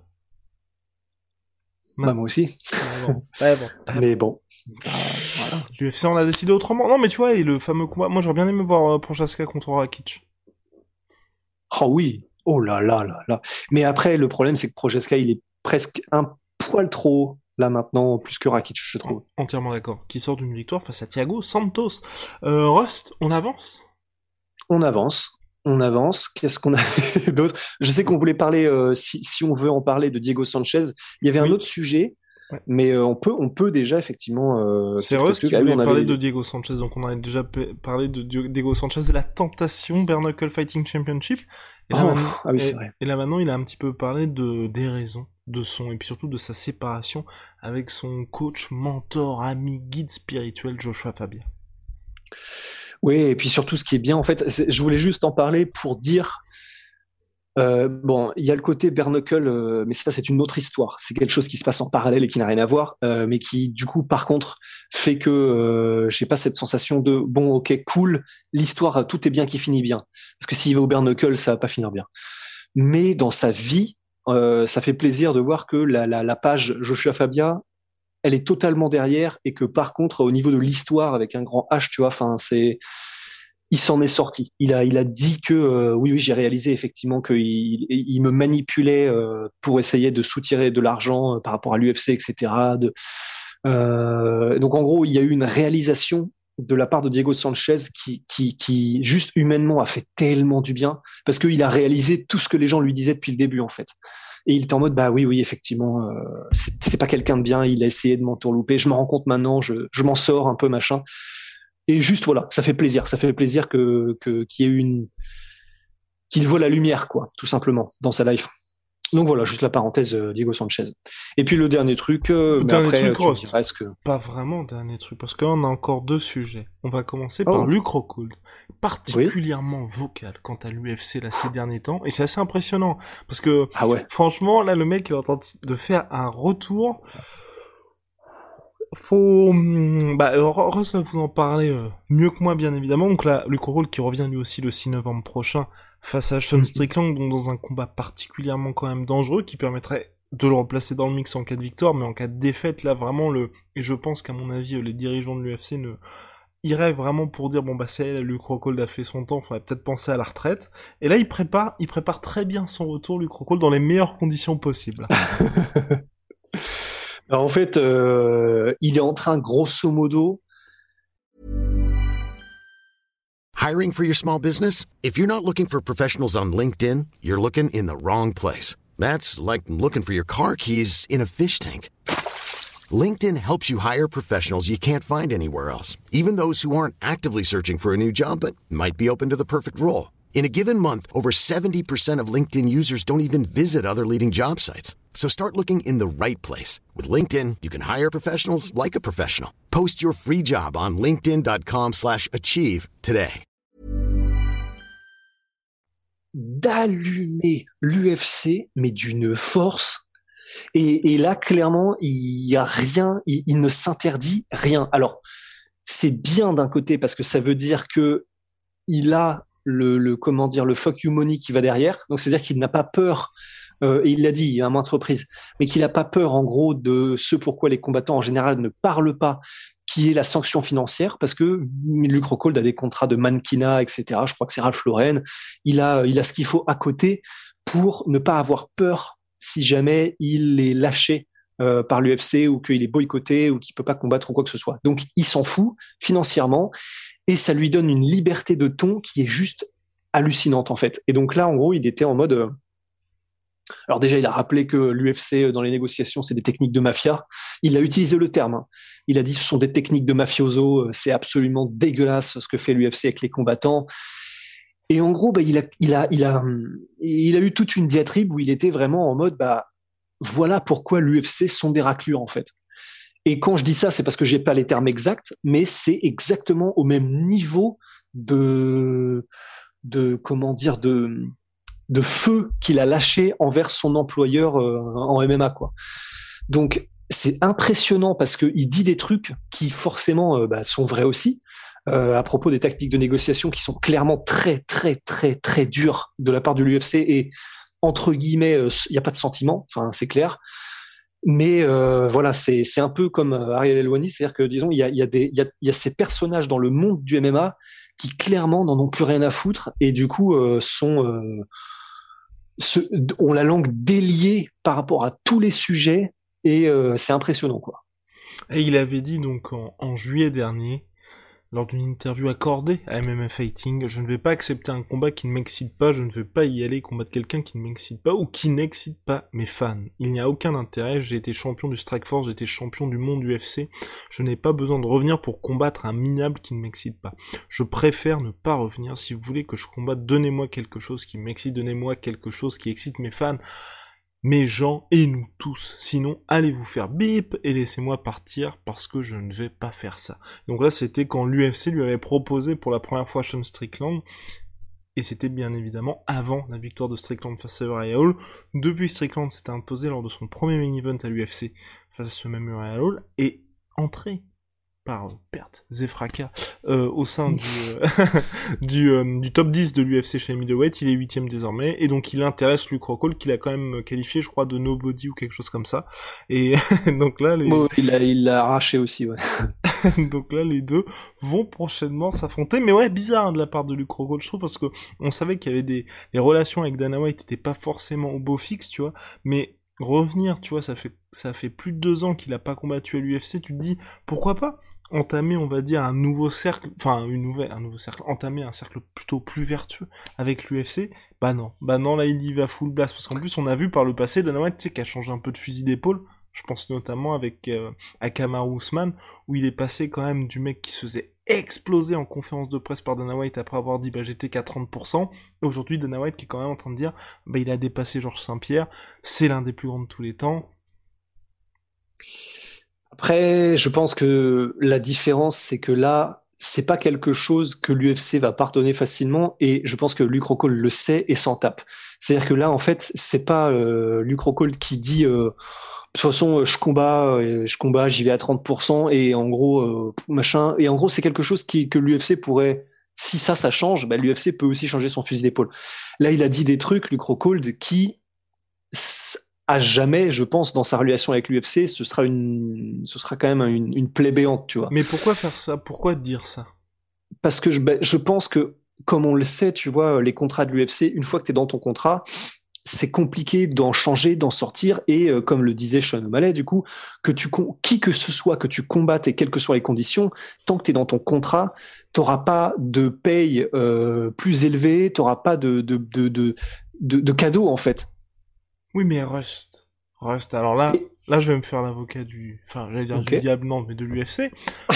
moi aussi. Mais bon. Voilà. L'UFC on a décidé autrement. Non mais tu vois, et le fameux combat, moi j'aurais bien aimé voir Prochazka contre Rakic. Oh oui. Oh là là là là. Mais après, le problème c'est que Prochazka il est presque un poil trop haut, là maintenant, plus que Rakic, je trouve. Entièrement d'accord. Qui sort d'une victoire face à Thiago Santos. Rust, on avance ? On avance. Qu'est-ce qu'on a d'autre ? Je sais qu'on voulait parler, si on veut en parler, de Diego Sanchez. Il y avait un autre sujet, mais on peut déjà effectivement... c'est Rust qui voulait parler de Diego Sanchez, donc on a déjà parlé de Diego Sanchez et la tentation Bare Knuckle Fighting Championship. Et là, c'est vrai. Et là maintenant, il a un petit peu parlé des raisons et puis surtout de sa séparation avec son coach, mentor, ami, guide spirituel Joshua Fabia. Oui, et puis surtout ce qui est bien, en fait, je voulais juste en parler pour dire, bon, il y a le côté bare knuckle, mais ça c'est une autre histoire, c'est quelque chose qui se passe en parallèle et qui n'a rien à voir, mais qui du coup par contre fait que j'ai pas cette sensation de bon, ok, cool, l'histoire, tout est bien qui finit bien, parce que s'il va au bare knuckle, ça va pas finir bien. Mais dans sa vie, ça fait plaisir de voir que la page Joshua Fabia elle est totalement derrière et que par contre, au niveau de l'histoire avec un grand H, tu vois, enfin, il s'en est sorti. Il a dit que oui, j'ai réalisé effectivement qu'il me manipulait pour essayer de soutirer de l'argent par rapport à l'UFC, etc. Donc en gros, il y a eu une réalisation de la part de Diego Sanchez qui juste humainement a fait tellement du bien parce qu'il a réalisé tout ce que les gens lui disaient depuis le début en fait. Et il était en mode bah oui effectivement c'est pas quelqu'un de bien, il a essayé de m'entourlouper, je me rends compte maintenant, je m'en sors un peu machin. Et juste voilà, ça fait plaisir qu'il y ait qu'il voit la lumière quoi, tout simplement dans sa life. Donc voilà, juste la parenthèse Diego Sanchez. Et puis le dernier truc, mais Dernier après truc, tu me Rost. diras est-ce que Pas vraiment dernier truc, parce que là, on a encore 2 sujets. On va commencer par oh Luke Rockhold, oui particulièrement vocal quant à l'UFC là ces derniers temps, et c'est assez impressionnant, parce que ah ouais franchement, là, le mec il est en train de faire un retour. Faut, Ross va vous en parler mieux que moi, bien évidemment. Donc là, Luke Rockhold qui revient lui aussi le 6 novembre prochain face à Sean Strickland, donc dans un combat particulièrement quand même dangereux, qui permettrait de le replacer dans le mix en cas de victoire, mais en cas de défaite, là, vraiment, et je pense qu'à mon avis, les dirigeants de l'UFC iraient vraiment pour dire, bon, bah, c'est Luke Rockhold a fait son temps, faudrait peut-être penser à la retraite. Et là, il prépare très bien son retour, Luke Rockhold, dans les meilleures conditions possibles. Alors, en fait il est en train grosso modo Hiring for your small business? If you're not looking for professionals on LinkedIn, you're looking in the wrong place. That's like looking for your car keys in a fish tank. LinkedIn helps you hire professionals you can't find anywhere else, even those who aren't actively searching for a new job but might be open to the perfect role. In a given month, over 70% of LinkedIn users don't even visit other leading job sites. So start looking in the right place. With LinkedIn, you can hire professionals like a professional. Post your free job on linkedin.com/achieve today. D'allumer l'UFC, mais d'une force. Et là, clairement, il y a rien, il ne s'interdit rien. Alors, c'est bien d'un côté parce que ça veut dire que il a comment dire, le fuck you money qui va derrière. Donc, c'est-à-dire qu'il n'a pas peur, et il l'a dit à maintes reprises, mais qu'il n'a pas peur, en gros, de ce pourquoi les combattants en général ne parlent pas, qui est la sanction financière, parce que Luke Rockhold a des contrats de mannequinat, etc. Je crois que c'est Ralph Lauren. Il a ce qu'il faut à côté pour ne pas avoir peur si jamais il est lâché par l'UFC ou qu'il est boycotté ou qu'il peut pas combattre ou quoi que ce soit. Donc, il s'en fout financièrement et ça lui donne une liberté de ton qui est juste hallucinante, en fait. Et donc là, en gros, il était en mode... Alors déjà, il a rappelé que l'UFC, dans les négociations, c'est des techniques de mafia. Il a utilisé le terme. Hein. Il a dit ce sont des techniques de mafioso. C'est absolument dégueulasse ce que fait l'UFC avec les combattants. Et en gros, bah, il a eu toute une diatribe où il était vraiment en mode, bah, voilà pourquoi l'UFC sont des raclures, en fait. Et quand je dis ça, c'est parce que j'ai pas les termes exacts, mais c'est exactement au même niveau comment dire, de feu qu'il a lâché envers son employeur en MMA, quoi. Donc, c'est impressionnant parce qu'il dit des trucs qui forcément sont vrais aussi, à propos des tactiques de négociation qui sont clairement très, très, très, très dures de la part de l'UFC et, entre guillemets, il n'y a pas de sentiment, enfin, c'est clair. Mais voilà, c'est un peu comme Ariel Helwani, c'est-à-dire que, disons, il y a ces personnages dans le monde du MMA qui, clairement, n'en ont plus rien à foutre et, du coup, ont la langue déliée par rapport à tous les sujets et c'est impressionnant, quoi. Et il avait dit donc en juillet dernier, lors d'une interview accordée à MMA Fighting, je ne vais pas accepter un combat qui ne m'excite pas, je ne vais pas y aller combattre quelqu'un qui ne m'excite pas ou qui n'excite pas mes fans. Il n'y a aucun intérêt, j'ai été champion du Strikeforce, j'ai été champion du monde UFC, je n'ai pas besoin de revenir pour combattre un minable qui ne m'excite pas. Je préfère ne pas revenir, si vous voulez que je combatte, donnez-moi quelque chose qui m'excite, donnez-moi quelque chose qui excite mes fans, mes gens et nous tous. Sinon, allez vous faire bip et laissez-moi partir parce que je ne vais pas faire ça. Donc là, c'était quand l'UFC lui avait proposé pour la première fois Sean Strickland. Et c'était bien évidemment avant la victoire de Strickland face à Uriah Hall. Depuis, Strickland s'était imposé lors de son premier main event à l'UFC face à ce même Uriah Hall et entré perte, Zefraka, au sein du top 10 de l'UFC chez les middleweight, il est 8ème désormais, et donc il intéresse Luke Rockhold, qu'il a quand même qualifié, je crois, de nobody ou quelque chose comme ça, et donc là, Bon, il l'a arraché aussi, ouais. donc là, les deux vont prochainement s'affronter, mais ouais, bizarre hein, de la part de Luke Rockhold, je trouve, parce que on savait qu'il y avait les relations avec Dana White étaient pas forcément au beau fixe, tu vois, mais revenir, tu vois, ça fait plus de 2 ans qu'il a pas combattu à l'UFC, tu te dis, pourquoi pas entamer, on va dire, un nouveau cercle, enfin, un nouveau cercle, entamer un cercle plutôt plus vertueux avec l'UFC, bah non, là, il y va full blast, parce qu'en plus, on a vu par le passé, Dana White, tu sais, qui a changé un peu de fusil d'épaule, je pense notamment avec Kamaru Usman, où il est passé quand même du mec qui se faisait exploser en conférence de presse par Dana White après avoir dit bah j'étais qu'à 30%, et aujourd'hui Dana White qui est quand même en train de dire bah il a dépassé Georges Saint-Pierre, c'est l'un des plus grands de tous les temps. Après, je pense que la différence, c'est que là, c'est pas quelque chose que l'UFC va pardonner facilement, et je pense que Luke Rockhold le sait et s'en tape. C'est-à-dire que là, en fait, c'est pas Luke Rockhold qui dit de toute façon, je combat, j'y vais à 30%, et en gros, machin. Et en gros, c'est quelque chose que l'UFC pourrait, si ça change, bah, l'UFC peut aussi changer son fusil d'épaule. Là, il a dit des trucs, Luke Rockhold, qui, à jamais, je pense, dans sa relation avec l'UFC, ce sera quand même une plaie béante, tu vois. Mais pourquoi faire ça? Pourquoi dire ça? Parce que je pense que, comme on le sait, tu vois, les contrats de l'UFC, une fois que tu es dans ton contrat, c'est compliqué d'en changer, d'en sortir, et comme le disait Sean O'Malley, du coup, qui que ce soit que tu combattes et quelles que soient les conditions, tant que tu es dans ton contrat, t'auras pas de paye plus élevée, t'auras pas de cadeaux, en fait. Oui, mais Rust, alors là, je vais me faire l'avocat du diable, non, mais de l'UFC.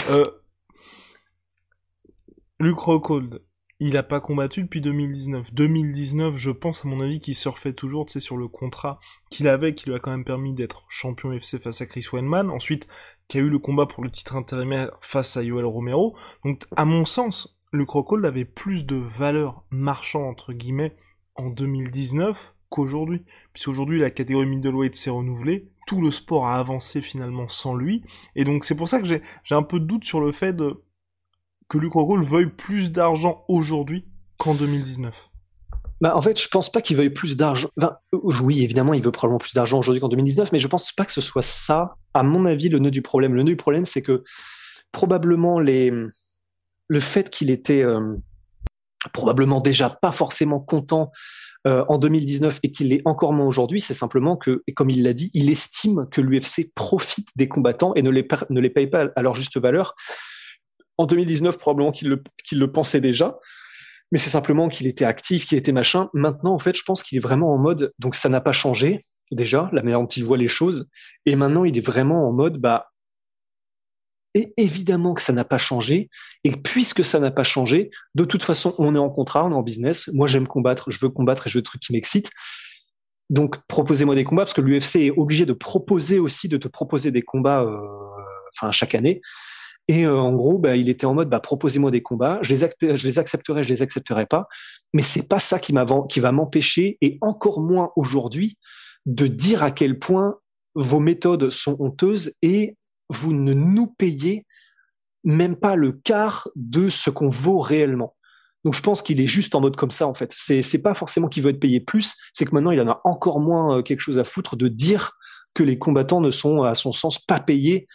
Luke Rockhold, il a pas combattu depuis 2019. 2019, je pense, à mon avis, qu'il surfait toujours, tu sais, sur le contrat qu'il avait, qui lui a quand même permis d'être champion UFC face à Chris Weidman. Ensuite, qui a eu le combat pour le titre intérimaire face à Yoel Romero. Donc, à mon sens, Luke Rockhold avait plus de valeur marchande, entre guillemets, en 2019 qu'aujourd'hui. Puisqu'aujourd'hui, la catégorie middleweight s'est renouvelée. Tout le sport a avancé finalement sans lui. Et donc, c'est pour ça que j'ai un peu de doute sur le fait que Luke Rockhold veuille plus d'argent aujourd'hui qu'en 2019. Bah, en fait, je pense pas qu'il veuille plus d'argent. Enfin, oui, évidemment, il veut probablement plus d'argent aujourd'hui qu'en 2019, mais je pense pas que ce soit ça, à mon avis, le nœud du problème. Le nœud du problème, c'est que probablement le fait qu'il était probablement déjà pas forcément content en 2019 et qu'il l'est encore moins aujourd'hui, c'est simplement que, et comme il l'a dit, il estime que l'UFC profite des combattants et ne les paye pas à leur juste valeur. En 2019, probablement qu'il le pensait déjà, mais c'est simplement qu'il était actif, qu'il était machin. Maintenant, en fait, je pense qu'il est vraiment en mode, donc ça n'a pas changé, déjà, la manière dont il voit les choses, et maintenant, il est vraiment en mode, bah, et évidemment que ça n'a pas changé, et puisque ça n'a pas changé, de toute façon, on est en contrat, on est en business, moi j'aime combattre, je veux combattre et je veux des trucs qui m'excitent, donc proposez-moi des combats, parce que l'UFC est obligé de te proposer des combats chaque année. Et en gros, bah, il était en mode, bah, proposez-moi des combats, je les accepterai, je les accepterai pas, mais c'est pas ça qui va m'empêcher, et encore moins aujourd'hui, de dire à quel point vos méthodes sont honteuses et vous ne nous payez même pas le quart de ce qu'on vaut réellement. Donc je pense qu'il est juste en mode comme ça, en fait. C'est pas forcément qu'il veut être payé plus, c'est que maintenant il en a encore moins quelque chose à foutre de dire que les combattants ne sont, à son sens, pas payés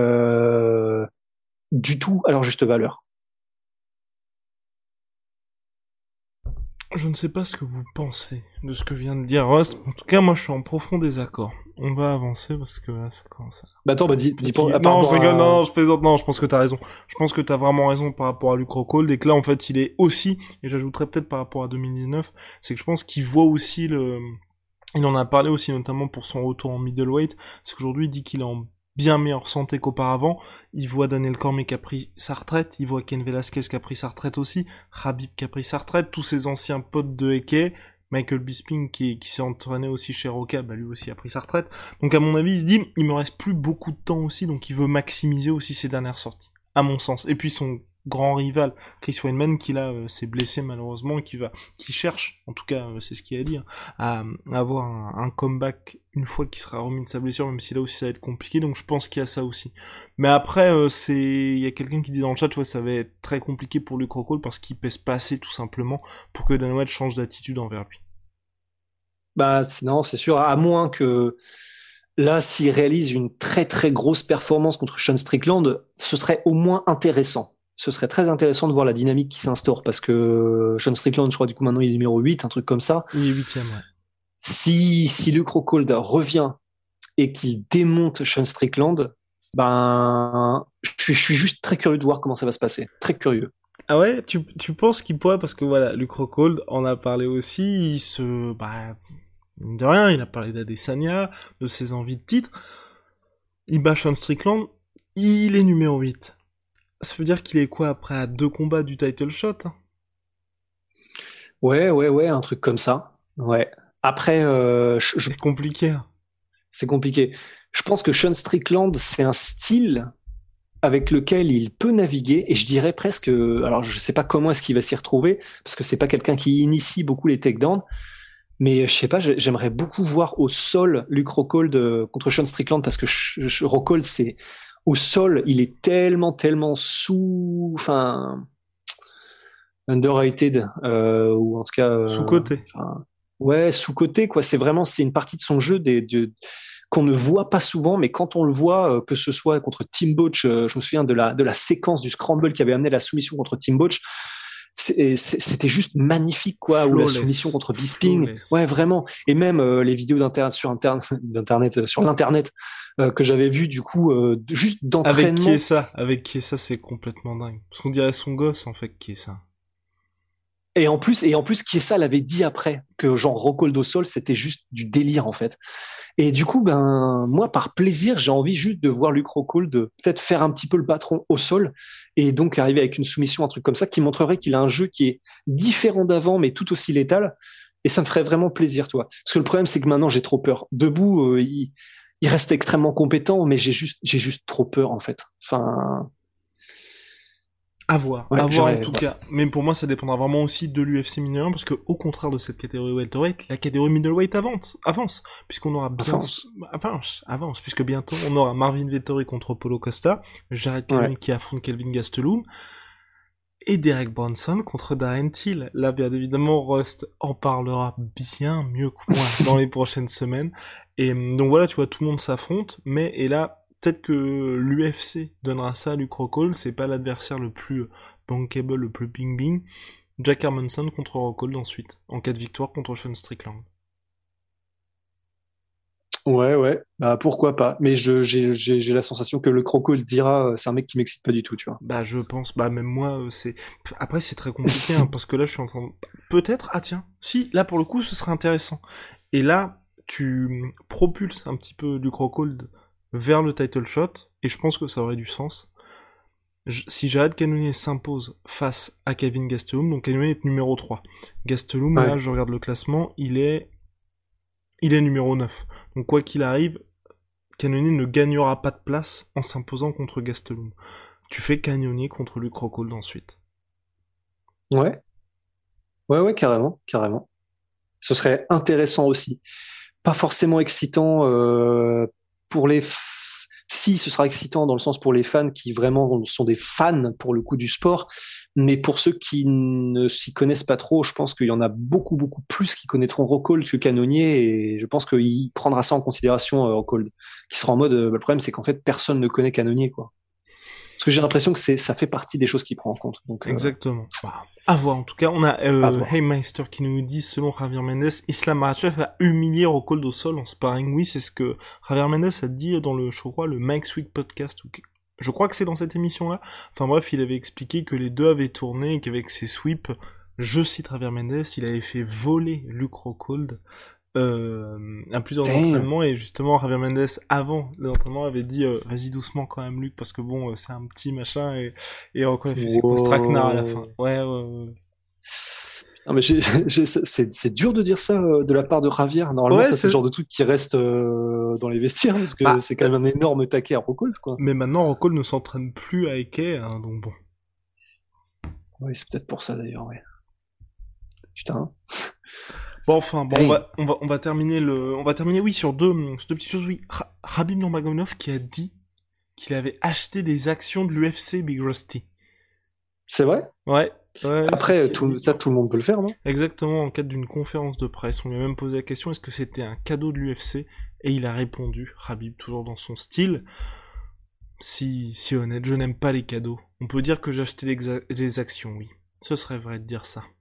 du tout à leur juste valeur. Je ne sais pas ce que vous pensez de ce que vient de dire Rust. En tout cas, moi, je suis en profond désaccord. On va avancer parce que là, ça commence à... Bah attends, dis pas... Non, je rigole, non, je plaisante, non, je pense que t'as raison. Je pense que t'as vraiment raison par rapport à Luke Rockhold, et que là, en fait, il est aussi, et j'ajouterais peut-être par rapport à 2019, c'est que je pense qu'il voit aussi il en a parlé aussi, notamment pour son retour en middleweight, c'est qu'aujourd'hui, il dit qu'il est en bien meilleure santé qu'auparavant. Il voit Daniel Cormier qui a pris sa retraite, il voit Ken Velasquez qui a pris sa retraite aussi, Khabib qui a pris sa retraite, tous ses anciens potes de Eke, Michael Bisping qui s'est entraîné aussi chez Roca, bah lui aussi a pris sa retraite. Donc à mon avis, il se dit, il me reste plus beaucoup de temps aussi, donc il veut maximiser aussi ses dernières sorties, à mon sens. Et puis son grand rival, Chris Weidman, qui là s'est blessé malheureusement, et qui cherche, en tout cas c'est ce qu'il a dit, hein, à avoir un comeback une fois qu'il sera remis de sa blessure, même si là aussi ça va être compliqué, donc je pense qu'il y a ça aussi. Mais après, il y a quelqu'un qui dit dans le chat, tu vois, ça va être très compliqué pour Luke Rockhold parce qu'il pèse pas assez tout simplement pour que Dana White change d'attitude envers lui. Bah non, c'est sûr, à moins que là, s'il réalise une très très grosse performance contre Sean Strickland, ce serait au moins intéressant. Ce serait très intéressant de voir la dynamique qui s'instaure parce que Sean Strickland, je crois du coup maintenant il est numéro 8, un truc comme ça. Il est 8e, ouais. Si Luke Rockhold revient et qu'il démonte Sean Strickland, ben je suis juste très curieux de voir comment ça va se passer. Très curieux. Ah ouais, tu penses qu'il pourrait, parce que voilà, Luke Rockhold en a parlé aussi, de rien, il a parlé d'Adesanya, de ses envies de titre. Il bat Sean Strickland, il est numéro 8. Ça veut dire qu'il est quoi après, à 2 combats du title shot, hein? Ouais, un truc comme ça. Ouais. Après, c'est compliqué, hein. C'est compliqué. Je pense que Sean Strickland, c'est un style avec lequel il peut naviguer, et je dirais presque, alors je sais pas comment est-ce qu'il va s'y retrouver, parce que c'est pas quelqu'un qui initie beaucoup les takedowns, mais je sais pas, j'aimerais beaucoup voir au sol Luke Rockhold contre Sean Strickland, parce que Rockhold, c'est au sol, il est tellement underrated, ou en tout cas sous-coté. Ouais, sous-coté, quoi. C'est une partie de son jeu qu'on ne voit pas souvent, mais quand on le voit, que ce soit contre Tim Boetsch, je me souviens de la séquence du scramble qui avait amené la soumission contre Tim Boetsch, c'était juste magnifique, quoi. Flawless. Ou la soumission contre Bisping. Flawless. Ouais, vraiment. Et même les vidéos sur l'internet que j'avais vu, du coup, juste d'entraînement. Avec Chiesa, c'est complètement dingue. Parce qu'on dirait son gosse, en fait, Chiesa. Et en plus, Chiesa l'avait dit après, que genre Rockhold au sol, c'était juste du délire, en fait. Et du coup, moi, par plaisir, j'ai envie juste de voir Luke Rockhold peut-être faire un petit peu le patron au sol, et donc arriver avec une soumission, un truc comme ça, qui montrerait qu'il a un jeu qui est différent d'avant, mais tout aussi létal. Et ça me ferait vraiment plaisir, toi. Parce que le problème, c'est que maintenant, j'ai trop peur. Debout, il reste extrêmement compétent, mais j'ai juste trop peur, en fait. Enfin... À voir en tout cas. Mais pour moi, ça dépendra vraiment aussi de l'UFC mineur, parce que au contraire de cette catégorie welterweight, la catégorie middleweight avance, puisqu'on aura avance, puisque bientôt on aura Marvin Vettori contre Paulo Costa, Jared Cannonier qui affronte Kelvin Gastelum, et Derek Brunson contre Darren Till. Là, bien évidemment, Rust en parlera bien mieux que moi dans les prochaines semaines. Et donc voilà, tu vois, tout le monde s'affronte, et là, peut-être que l'UFC donnera ça à Luke Rockhold, c'est pas l'adversaire le plus bankable, le plus bing-bing. Jack Hermanson contre Rockhold ensuite, en cas de victoire contre Sean Strickland. Ouais, bah pourquoi pas. Mais j'ai la sensation que le Rockhold dira, c'est un mec qui m'excite pas du tout, tu vois. Bah je pense, même moi, après c'est très compliqué, hein, parce que là je suis en train de... Peut-être, si, là pour le coup ce serait intéressant. Et là, tu propulses un petit peu Luke Rockhold vers le title shot, et je pense que ça aurait du sens. Si Jared Cannonier s'impose face à Kelvin Gastelum, donc Cannonier est numéro 3. Gastelum, là, je regarde le classement, il est numéro 9. Donc quoi qu'il arrive, Cannonier ne gagnera pas de place en s'imposant contre Gastelum. Tu fais Cannonier contre Luke Rockhold ensuite. Ouais, carrément. Ce serait intéressant aussi. Pas forcément excitant pour si, ce sera excitant dans le sens pour les fans qui vraiment sont des fans pour le coup du sport, mais pour ceux qui ne s'y connaissent pas trop, je pense qu'il y en a beaucoup plus qui connaîtront Rockhold que Cannonier, et je pense qu'il prendra ça en considération, Rockhold, qui sera en mode, le problème c'est qu'en fait personne ne connaît Cannonier, quoi. Parce que j'ai l'impression que ça fait partie des choses qu'il prend en compte. Donc, exactement. À voir. En tout cas, on a Heymeister qui nous dit, selon Javier Mendes, Islam Makhachev a humilié Rockhold au sol en sparring. Oui, c'est ce que Javier Mendes a dit dans le Mike's Week podcast. Je crois que c'est dans cette émission-là. Enfin bref, il avait expliqué que les deux avaient tourné et qu'avec ses sweeps, je cite Javier Mendes, il avait fait voler Luke Rockhold à plusieurs entraînements, et justement Javier Mendes avant l'entraînement avait dit vas-y doucement quand même Luke, parce que bon c'est un petit machin, et Rockhold a fait c'est quoi Stracknar à la fin. Ouais. Non mais c'est dur de dire ça de la part de Javier. Normalement ça c'est le genre de truc qui reste dans les vestiaires, parce que c'est quand même un énorme taquet à Rockhold, quoi. Mais maintenant Rockhold ne s'entraîne plus à Eke, hein, donc bon. Oui, c'est peut-être pour ça d'ailleurs, ouais. Putain. Bon, enfin, bon, Hey. on va terminer oui, sur deux petites choses, oui. Khabib Nurmagomedov qui a dit qu'il avait acheté des actions de l'UFC Big Rusty. C'est vrai? Ouais, c'est ce Après, qu'il a dit. tout le monde peut le faire, non? Exactement, en cadre d'une conférence de presse, on lui a même posé la question, est-ce que c'était un cadeau de l'UFC? Et il a répondu, Khabib, toujours dans son style, si honnête, je n'aime pas les cadeaux. On peut dire que j'ai acheté les actions, oui. Ce serait vrai de dire ça.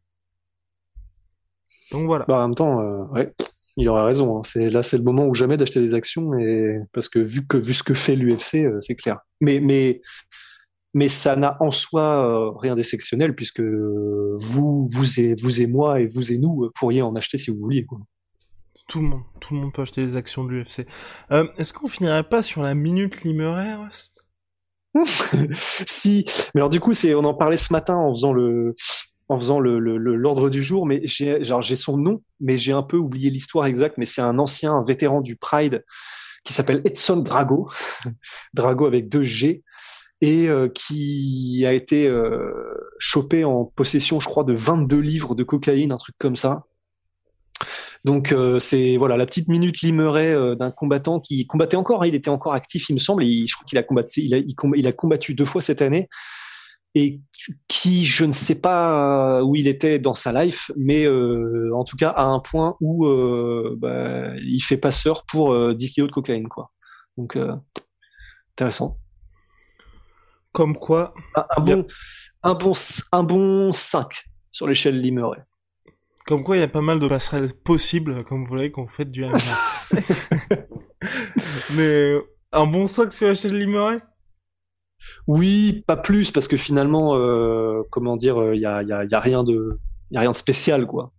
Donc voilà. Bah, en même temps, ouais, il aurait raison, hein. C'est le moment ou jamais d'acheter des actions, et parce que vu ce que fait l'UFC, c'est clair. Mais ça n'a en soi rien d'exceptionnel, puisque vous et moi et vous et nous pourriez en acheter si vous vouliez, quoi. Tout le monde peut acheter des actions de l'UFC. Est-ce qu'on finirait pas sur la minute Limeray, Rust? Si, mais alors du coup, on en parlait ce matin en faisant l'ordre du jour, mais j'ai son nom, mais j'ai un peu oublié l'histoire exacte, mais c'est un ancien vétéran du Pride qui s'appelle Edson Drago, Drago avec 2 G, et qui a été chopé en possession, je crois, de 22 livres de cocaïne, un truc comme ça. Donc c'est voilà la petite minute Limeray d'un combattant qui combattait encore, hein, il était encore actif, il me semble, je crois qu'il a combattu, il a combattu 2 fois cette année, et qui, je ne sais pas où il était dans sa life, mais en tout cas à un point où il fait passeur pour 10 kilos de cocaïne, quoi. Donc intéressant. Comme quoi, Un, un y a, bon un bon 5 sur l'échelle Limeray. comme quoi il y a pas mal de passerelles possibles, comme vous voyez, quand vous faites du MMA. Mais, un bon 5 sur la chaîne Limeray? Oui, pas plus, parce que finalement, comment dire, y a rien de spécial, quoi.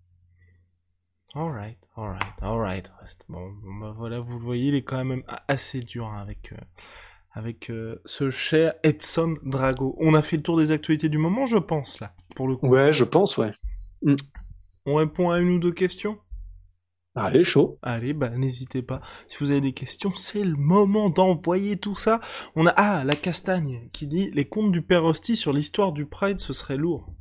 Alright. Bon, bah voilà, vous le voyez, il est quand même assez dur hein, avec ce cher Edson Drago. On a fait le tour des actualités du moment, je pense, là, pour le coup. Ouais, je pense, ouais. Mm. On répond à une ou deux questions? Allez, chaud. Allez, bah n'hésitez pas. Si vous avez des questions, c'est le moment d'envoyer tout ça. On a la Castagne qui dit les contes du Père Hostie sur l'histoire du Pride, ce serait lourd.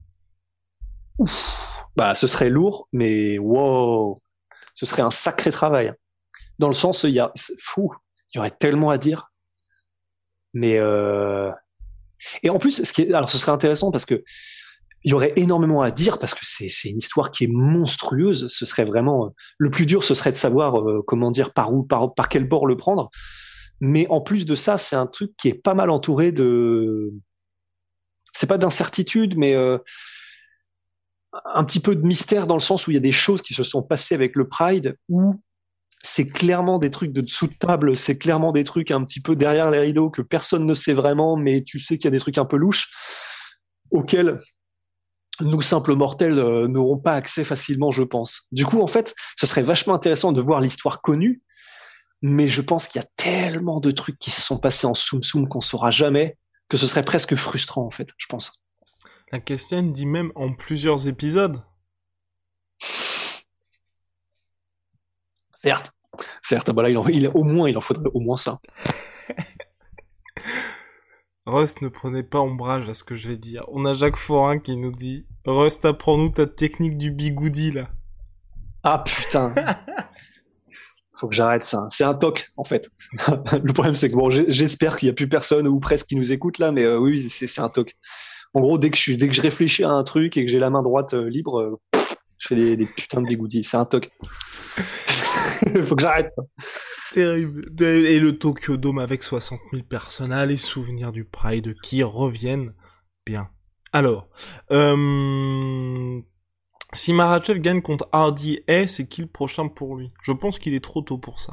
Bah, ce serait lourd, mais wow, ce serait un sacré travail. Dans le sens, c'est fou, il y aurait tellement à dire. Mais et en plus, alors ce serait intéressant parce que il y aurait énormément à dire parce que c'est une histoire qui est monstrueuse. Ce serait vraiment le plus dur, ce serait de savoir comment dire par quel bord le prendre. Mais en plus de ça, c'est un truc qui est pas mal entouré de, c'est pas d'incertitude, mais un petit peu de mystère dans le sens où il y a des choses qui se sont passées avec le Pride où c'est clairement des trucs de dessous de table, c'est clairement des trucs un petit peu derrière les rideaux que personne ne sait vraiment, mais tu sais qu'il y a des trucs un peu louches auxquels nous simples mortels n'auront pas accès facilement, je pense. Du coup, en fait, ce serait vachement intéressant de voir l'histoire connue, mais je pense qu'il y a tellement de trucs qui se sont passés en soum-soum qu'on saura jamais, que ce serait presque frustrant, en fait, je pense. La Castagne dit même en plusieurs épisodes. Certes, bah là, il en faudrait au moins ça. Rust, ne prenez pas ombrage à ce que je vais dire. On a Jacques Forin qui nous dit Rust, apprends-nous ta technique du bigoudi, là. Ah putain, faut que j'arrête ça. C'est un toc, en fait. Le problème, c'est que bon, j'espère qu'il y a plus personne ou presque qui nous écoute là, mais oui, c'est un toc. En gros, dès que je réfléchis à un truc et que j'ai la main droite libre, je fais des putains de bigoudis. C'est un toc. Faut que j'arrête ça. Terrible. Et le Tokyo Dome avec 60 000 personnes. Ah, les souvenirs du Pride qui reviennent. Bien. Alors, si Makhachev gagne contre RDA, c'est qui le prochain pour lui? Je pense qu'il est trop tôt pour ça.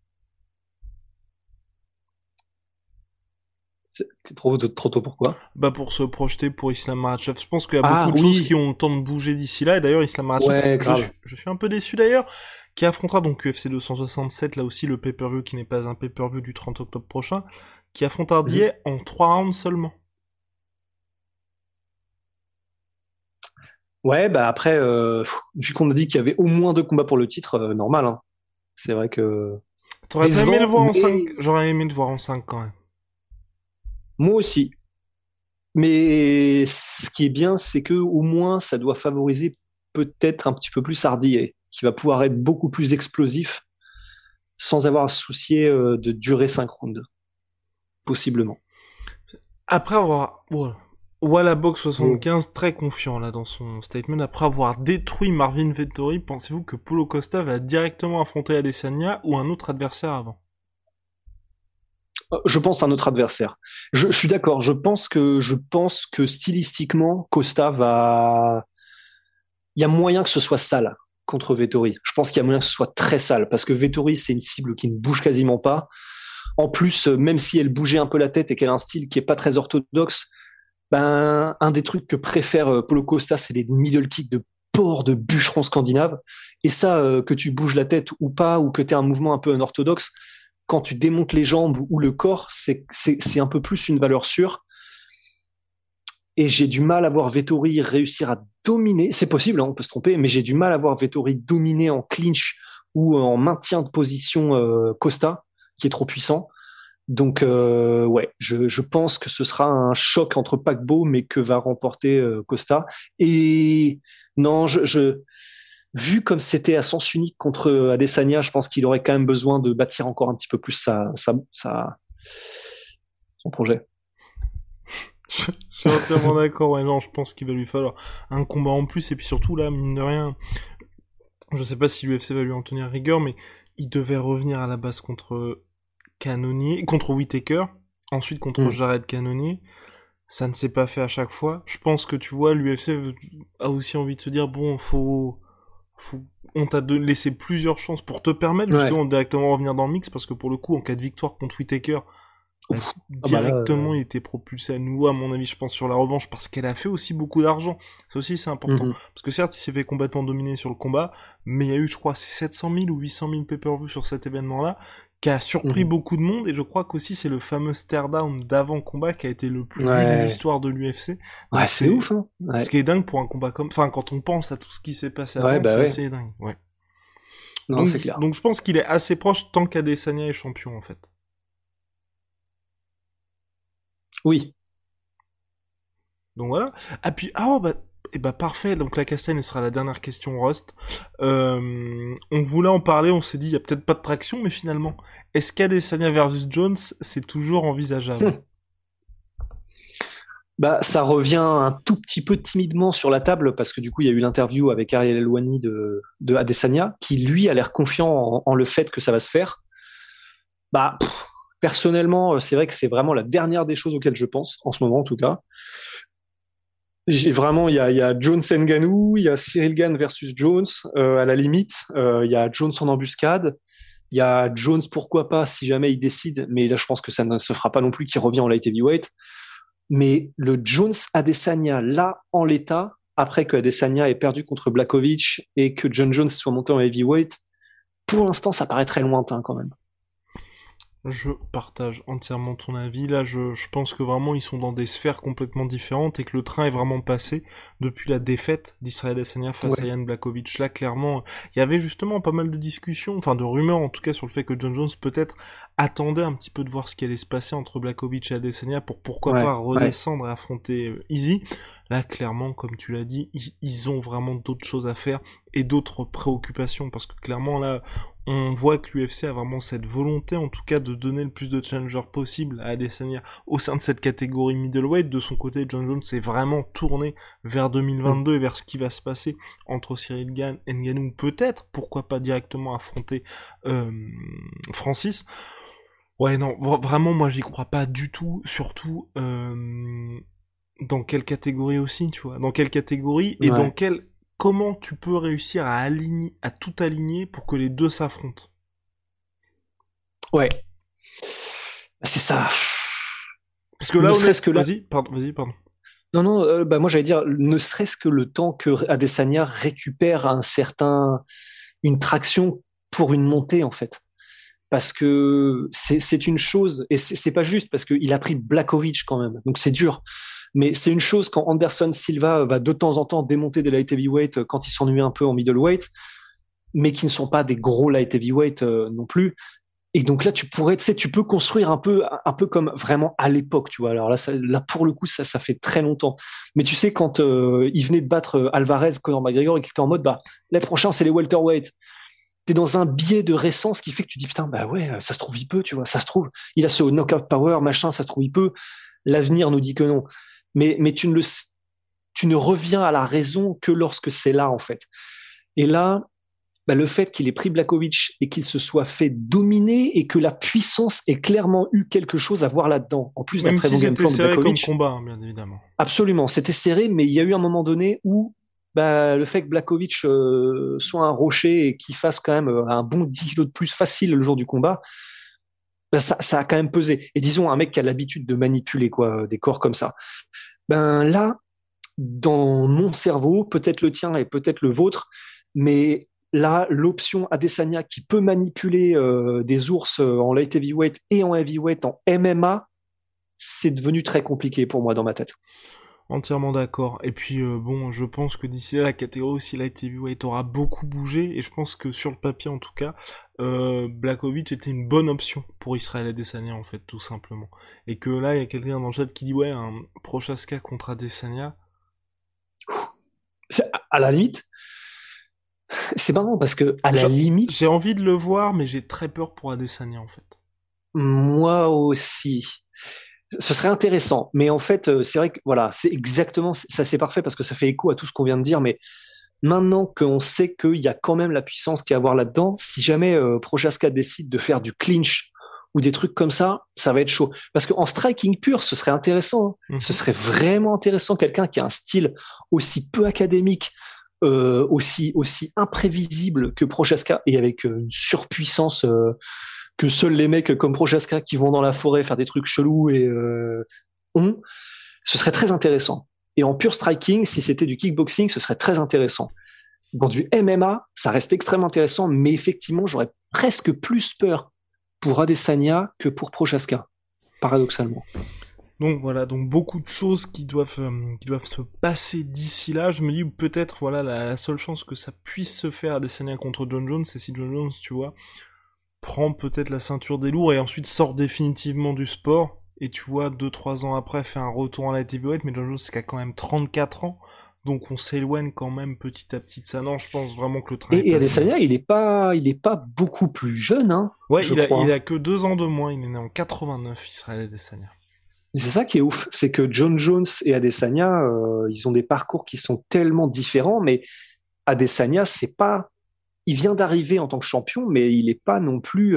C'est trop tôt, pourquoi? Bah pour se projeter pour Islam Makhachev. Je pense qu'il y a beaucoup de choses qui ont le temps de bouger d'ici là. Et d'ailleurs, Islam Makhachev, ouais, je suis un peu déçu d'ailleurs, qui affrontera donc UFC 267, là aussi le pay-per-view qui n'est pas un pay-per-view du 30 octobre prochain, qui affronte RDA en 3 rounds seulement. Ouais, bah après, vu qu'on a dit qu'il y avait au moins 2 combats pour le titre, normal, hein. C'est vrai que... T'aurais pas aimé le voir en 5? J'aurais aimé le voir en 5 quand même. Moi aussi. Mais ce qui est bien, c'est que au moins, ça doit favoriser peut-être un petit peu plus Hardy, qui va pouvoir être beaucoup plus explosif sans avoir à se soucier de durer 5 rounds, possiblement. Après avoir... Voilà. Wallabox 75 très confiant là dans son statement. Après avoir détruit Marvin Vettori, pensez-vous que Paulo Costa va directement affronter Adesanya ou un autre adversaire avant? Je pense à un autre adversaire. Je suis d'accord. Je pense que stylistiquement, Costa va. Il y a moyen que ce soit sale contre Vettori. Je pense qu'il y a moyen que ce soit très sale parce que Vettori, c'est une cible qui ne bouge quasiment pas. En plus, même si elle bougeait un peu la tête et qu'elle a un style qui est pas très orthodoxe, ben un des trucs que préfère Paulo Costa, c'est les middle kicks de porc de bûcheron scandinave. Et ça, que tu bouges la tête ou pas, ou que tu aies un mouvement un peu unorthodoxe, quand tu démontes les jambes ou le corps, c'est un peu plus une valeur sûre. Et j'ai du mal à voir Vettori réussir à dominer. C'est possible, hein, on peut se tromper, mais j'ai du mal à voir Vettori dominer en clinch ou en maintien de position Costa, qui est trop puissant. Donc ouais, je pense que ce sera un choc entre paquebots, mais que va remporter Costa. Et non, vu comme c'était à sens unique contre Adesanya, je pense qu'il aurait quand même besoin de bâtir encore un petit peu plus son projet. Je suis entièrement d'accord, ouais, non, je pense qu'il va lui falloir un combat en plus, et puis surtout là, mine de rien, je sais pas si l'UFC va lui en tenir rigueur, mais il devait revenir à la base contre Cannonier, contre Whittaker, ensuite contre Jared Cannonier. Ça ne s'est pas fait à chaque fois. Je pense que tu vois, l'UFC a aussi envie de se dire, bon, on t'a laissé plusieurs chances pour te permettre justement de directement revenir dans le mix, parce que pour le coup, en cas de victoire contre Whittaker, directement il était propulsé à nouveau, à mon avis, je pense, sur la revanche, parce qu'elle a fait aussi beaucoup d'argent. Ça aussi, c'est important. Parce que certes, il s'est fait complètement dominer sur le combat, mais il y a eu, je crois, 700 000 ou 800 000 pay-per-view sur cet événement-là, qui a surpris beaucoup de monde, et je crois qu'aussi c'est le fameux stare-down d'avant-combat qui a été le plus vu de l'histoire de l'UFC. Ouais, c'est ouf, hein. Ouais. Ce qui est dingue pour un combat comme... Enfin, quand on pense à tout ce qui s'est passé avant, c'est assez dingue, ouais. Non, donc, c'est clair. Donc je pense qu'il est assez proche tant qu'Adesanya est champion, en fait. Oui. Donc voilà. Ah puis, parfait. Donc la castagne sera la dernière question, Rust. On voulait en parler, on s'est dit, il y a peut-être pas de traction, mais finalement, est-ce qu'Adesanya versus Jones, c'est toujours envisageable? Ça revient un tout petit peu timidement sur la table parce que du coup, il y a eu l'interview avec Ariel Helwani de Adesanya qui, lui, a l'air confiant en le fait que ça va se faire. Personnellement, c'est vrai que c'est vraiment la dernière des choses auxquelles je pense, en ce moment en tout cas. Il y a Jones Ngannou, il y a Cyril Gane versus Jones, à la limite. Il y a Jones en embuscade. Il y a Jones, pourquoi pas, si jamais il décide, mais là je pense que ça ne se fera pas non plus, qu'il revient en light heavyweight. Mais le Jones Adesanya, là, en l'état, après que Adesanya ait perdu contre Blachowicz et que John Jones soit monté en heavyweight, pour l'instant, ça paraît très lointain quand même. Je partage entièrement ton avis. Là, je pense que vraiment, ils sont dans des sphères complètement différentes et que le train est vraiment passé depuis la défaite d'Israël Adesanya face à Jan Blachowicz. Là, clairement, il y avait justement pas mal de discussions, enfin de rumeurs en tout cas, sur le fait que John Jones peut-être attendait un petit peu de voir ce qui allait se passer entre Blachowicz et Adesanya pour pourquoi pas redescendre et affronter Izzy. Là, clairement, comme tu l'as dit, ils ont vraiment d'autres choses à faire et d'autres préoccupations, parce que clairement, là, on voit que l'UFC a vraiment cette volonté, en tout cas, de donner le plus de challengers possible à Adesanya au sein de cette catégorie middleweight. De son côté, John Jones s'est vraiment tourné vers 2022 et vers ce qui va se passer entre Cyril Gane et Ngannou, peut-être, pourquoi pas directement affronter Francis. Ouais, non, vraiment, moi, j'y crois pas du tout, surtout dans quelle catégorie aussi, tu vois, dans quelle catégorie et dans quelle... Comment tu peux réussir à tout aligner pour que les deux s'affrontent? Ouais. C'est ça. Parce que là, Vas-y, pardon. Non, moi j'allais dire, ne serait-ce que le temps que Adesanya récupère une traction pour une montée, en fait. Parce que c'est une chose, et c'est pas juste, parce qu'il a pris Blachowicz quand même, donc c'est dur. Mais c'est une chose quand Anderson Silva va de temps en temps démonter des light heavyweight quand il s'ennuie un peu en middleweight, mais qui ne sont pas des gros light heavyweight non plus. Et donc là, tu pourrais, tu sais, tu peux construire un peu comme vraiment à l'époque, tu vois. Alors là, là pour le coup, ça fait très longtemps. Mais tu sais, quand il venait de battre Alvarez, Conor McGregor, et qu'il était en mode, bah, les prochains, c'est les welterweight. T'es dans un biais de récence qui fait que tu dis, putain, bah ouais, ça se trouve, il peut, tu vois. Ça se trouve, il a ce knockout power, machin, ça se trouve, il peut. L'avenir nous dit que non. Mais tu ne reviens à la raison que lorsque c'est là, en fait. Et là, bah, le fait qu'il ait pris Blachowicz et qu'il se soit fait dominer et que la puissance ait clairement eu quelque chose à voir là-dedans. En plus d'un Même très si bon game c'était plan de serré comme Blachowicz. combat, hein, bien évidemment. Absolument, c'était serré, mais il y a eu un moment donné où bah, le fait que Blachowicz soit un rocher et qu'il fasse quand même un bon 10 kilos de plus facile le jour du combat, bah, ça a quand même pesé. Et disons, un mec qui a l'habitude de manipuler quoi, des corps comme ça. Ben là, dans mon cerveau, peut-être le tien et peut-être le vôtre, mais là, l'option Adesanya qui peut manipuler des ours en light heavyweight et en heavyweight en MMA, c'est devenu très compliqué pour moi dans ma tête. Entièrement d'accord. Et puis bon, je pense que d'ici là, la catégorie aussi light heavyweight aura beaucoup bougé, et je pense que sur le papier en tout cas, Blachowicz était une bonne option pour Israël Adesanya en fait, tout simplement. Et que là, il y a quelqu'un dans le chat qui dit ouais, un Prochaska contre Adesanya. À la limite, c'est marrant parce que à la J'ai limite, envie de le voir, mais j'ai très peur pour Adesanya en fait. moi aussi. Ce serait intéressant, mais en fait, c'est vrai que voilà, c'est exactement ça, c'est parfait parce que ça fait écho à tout ce qu'on vient de dire. Mais maintenant qu'on sait qu'il y a quand même la puissance qu'il y a à voir là-dedans, si jamais Prochaska décide de faire du clinch ou des trucs comme ça va être chaud. Parce qu'en striking pur, ce serait intéressant. Hein. Ce serait vraiment intéressant, quelqu'un qui a un style aussi peu académique, aussi imprévisible que Prochaska et avec une surpuissance que seuls les mecs comme Prochaska qui vont dans la forêt faire des trucs chelous et ont, ce serait très intéressant. Et en pur striking, si c'était du kickboxing, ce serait très intéressant. Dans du MMA, ça reste extrêmement intéressant, mais effectivement, j'aurais presque plus peur pour Adesanya que pour Prochaska, paradoxalement. Donc voilà, donc beaucoup de choses qui doivent se passer d'ici là. Je me dis peut-être voilà la seule chance que ça puisse se faire Adesanya contre John Jones, c'est si John Jones, tu vois, prend peut-être la ceinture des lourds et ensuite sort définitivement du sport. Et tu vois, 2-3 ans après, fait un retour en light heavyweight, mais John Jones, c'est a quand même 34 ans. Donc on s'éloigne quand même petit à petit de ça. Non, je pense vraiment que le train est Et passé. Adesanya, il est pas beaucoup plus jeune, hein, Ouais, je crois. il a que 2 ans de moins. Il est né en 89, Israël Adesanya. C'est ça qui est ouf, c'est que John Jones et Adesanya, ils ont des parcours qui sont tellement différents, mais Adesanya, c'est pas, il vient d'arriver en tant que champion, mais il est pas non plus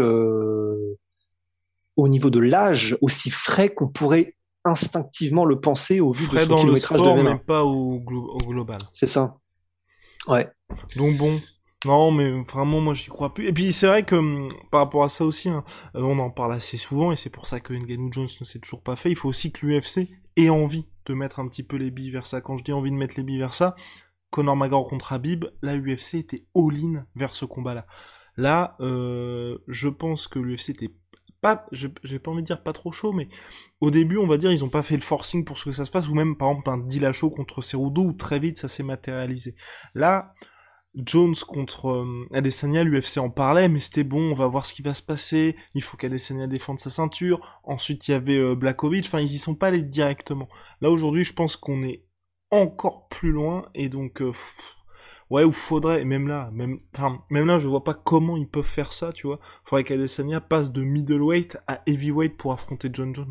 au niveau de l'âge aussi frais qu'on pourrait instinctivement le penser au vu de Frais son dans le kilométrage de sport, mais MMA. pas au global. C'est ça. Ouais. Donc bon, non, mais vraiment, moi, j'y crois plus. Et puis, c'est vrai que, par rapport à ça aussi, hein, on en parle assez souvent, et c'est pour ça que Ngannou Jones ne s'est toujours pas fait. Il faut aussi que l'UFC ait envie de mettre un petit peu les billes vers ça. Quand je dis envie de mettre les billes vers ça, Conor McGregor contre Khabib, la UFC était all-in vers ce combat-là. Là, je pense que l'UFC était pas, j'ai pas envie de dire pas trop chaud, mais au début, on va dire, ils ont pas fait le forcing pour ce que ça se passe, ou même, par exemple, un Dillashaw contre Cerudo, où très vite, ça s'est matérialisé. Là, Jones contre Adesanya, l'UFC en parlait, mais c'était bon, on va voir ce qui va se passer, il faut qu'Adesanya défende sa ceinture, ensuite il y avait Blachowicz, enfin ils y sont pas allés directement. Là aujourd'hui je pense qu'on est encore plus loin, et donc ouais, ou faudrait, même là je vois pas comment ils peuvent faire ça, tu vois, faudrait qu'Adesanya passe de middleweight à heavyweight pour affronter John Jones.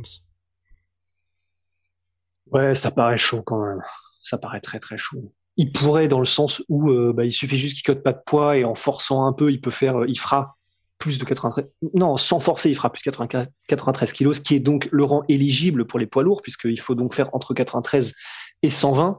Ouais, ça paraît chaud quand même. Ça paraît très très chaud. Il pourrait dans le sens où il suffit juste qu'il cote pas de poids et en forçant un peu, il peut faire, il fera plus de 93. Non, sans forcer, il fera plus de 93 kilos, ce qui est donc le rang éligible pour les poids lourds, puisqu'il faut donc faire entre 93 et 120.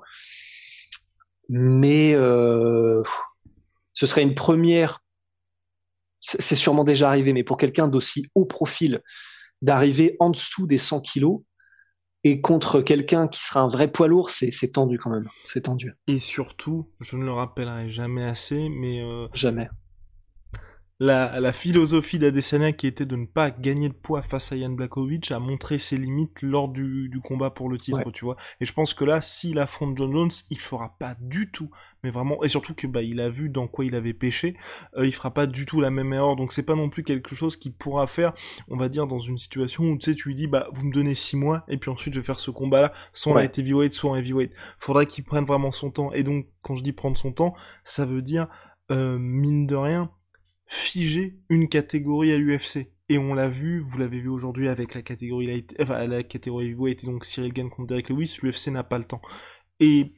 Mais ce serait une première. C'est sûrement déjà arrivé, mais pour quelqu'un d'aussi haut profil, d'arriver en dessous des 100 kilos, et contre quelqu'un qui sera un vrai poids lourd, c'est tendu quand même. C'est tendu. Et surtout, je ne le rappellerai jamais assez, mais Jamais. la philosophie d'Adesanya qui était de ne pas gagner de poids face à Jan Blachowicz a montré ses limites lors du combat pour le titre, tu vois. Et je pense que là, s'il affronte John Jones, il fera pas du tout, mais vraiment, et surtout que il a vu dans quoi il avait péché, il fera pas du tout la même erreur. Donc c'est pas non plus quelque chose qu'il pourra faire, on va dire, dans une situation où tu sais, tu lui dis vous me donnez 6 mois et puis ensuite je vais faire ce combat-là, soit en light heavyweight, soit en heavyweight. Faudrait qu'il prenne vraiment son temps. Et donc quand je dis prendre son temps, ça veut dire mine de rien figer une catégorie à l'UFC. Et on l'a vu, vous l'avez vu aujourd'hui avec la catégorie la catégorie heavyweight, et donc Cyril Gane contre Derek Lewis, l'UFC n'a pas le temps. Et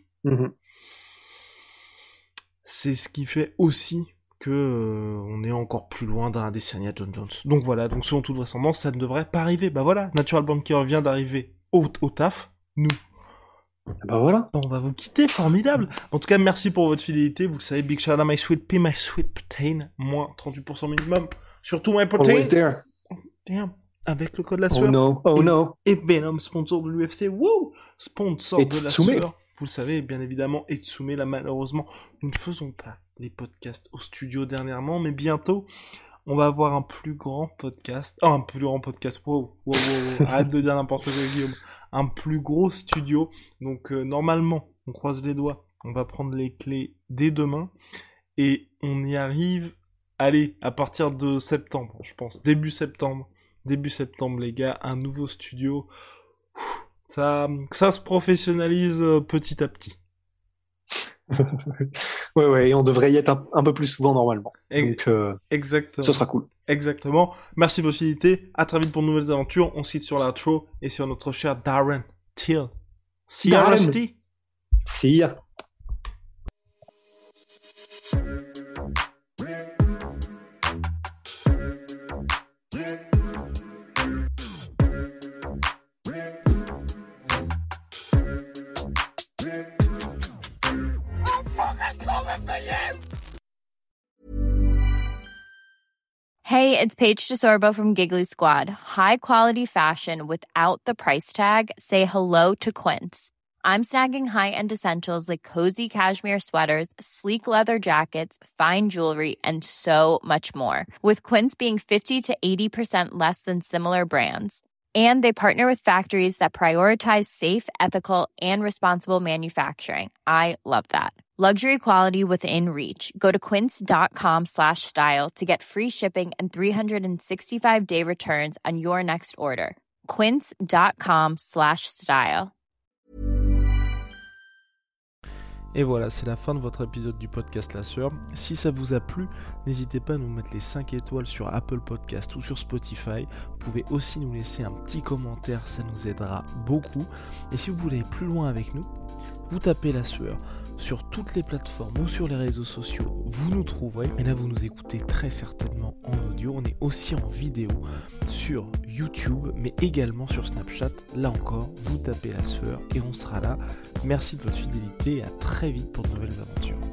c'est ce qui fait aussi que on est encore plus loin d'un Adesanya John Jones. Donc voilà, donc selon toute vraisemblance, ça ne devrait pas arriver. Voilà, Natural Banker vient d'arriver au taf, nous. Voilà. On va vous quitter, formidable. En tout cas, merci pour votre fidélité. Vous le savez, big shout out my sweet pea, my sweet protein, moins 38% minimum. Surtout my protein. Always there. Damn. Avec le code la sueur. Oh no. Et Venom, sponsor de l'UFC. Wouh! Sponsor de la sueur. Vous le savez, bien évidemment, Etsume, là, malheureusement, nous ne faisons pas les podcasts au studio dernièrement, mais bientôt, on va avoir un plus grand podcast. Oh, un plus grand podcast. Wow. Arrête de dire n'importe quoi, Guillaume. Un plus gros studio. Donc, normalement, on croise les doigts. On va prendre les clés dès demain. Et on y arrive, allez, à partir de septembre, je pense. Début septembre, les gars. Un nouveau studio. Ça se professionnalise petit à petit. Ouais, et on devrait y être un peu plus souvent normalement. Donc, exactement. Ce sera cool. Exactement. Merci de votre fidélité. À très vite pour de nouvelles aventures. On se quitte sur l'outro et sur notre cher Darren Till. See ya, Rusty. See ya. Hey, it's Paige DeSorbo from Giggly Squad. High quality fashion without the price tag. Say hello to Quince. I'm snagging high-end essentials like cozy cashmere sweaters, sleek leather jackets, fine jewelry, and so much more. With Quince being 50 to 80% less than similar brands. And they partner with factories that prioritize safe, ethical, and responsible manufacturing. I love that. Luxury quality within reach. Go to quince.com/style to get free shipping and 365-day returns on your next order. Quince.com/style. Et voilà, c'est la fin de votre épisode du podcast La Sueur. Si ça vous a plu, n'hésitez pas à nous mettre les 5 étoiles sur Apple Podcast ou sur Spotify. Vous pouvez aussi nous laisser un petit commentaire, ça nous aidera beaucoup. Et si vous voulez aller plus loin avec nous, vous tapez La Sueur sur toutes les plateformes ou sur les réseaux sociaux, vous nous trouverez. Et là, vous nous écoutez très certainement en audio. On est aussi en vidéo sur YouTube, mais également sur Snapchat. Là encore, vous tapez La Sueur et on sera là. Merci de votre fidélité et à très vite pour de nouvelles aventures.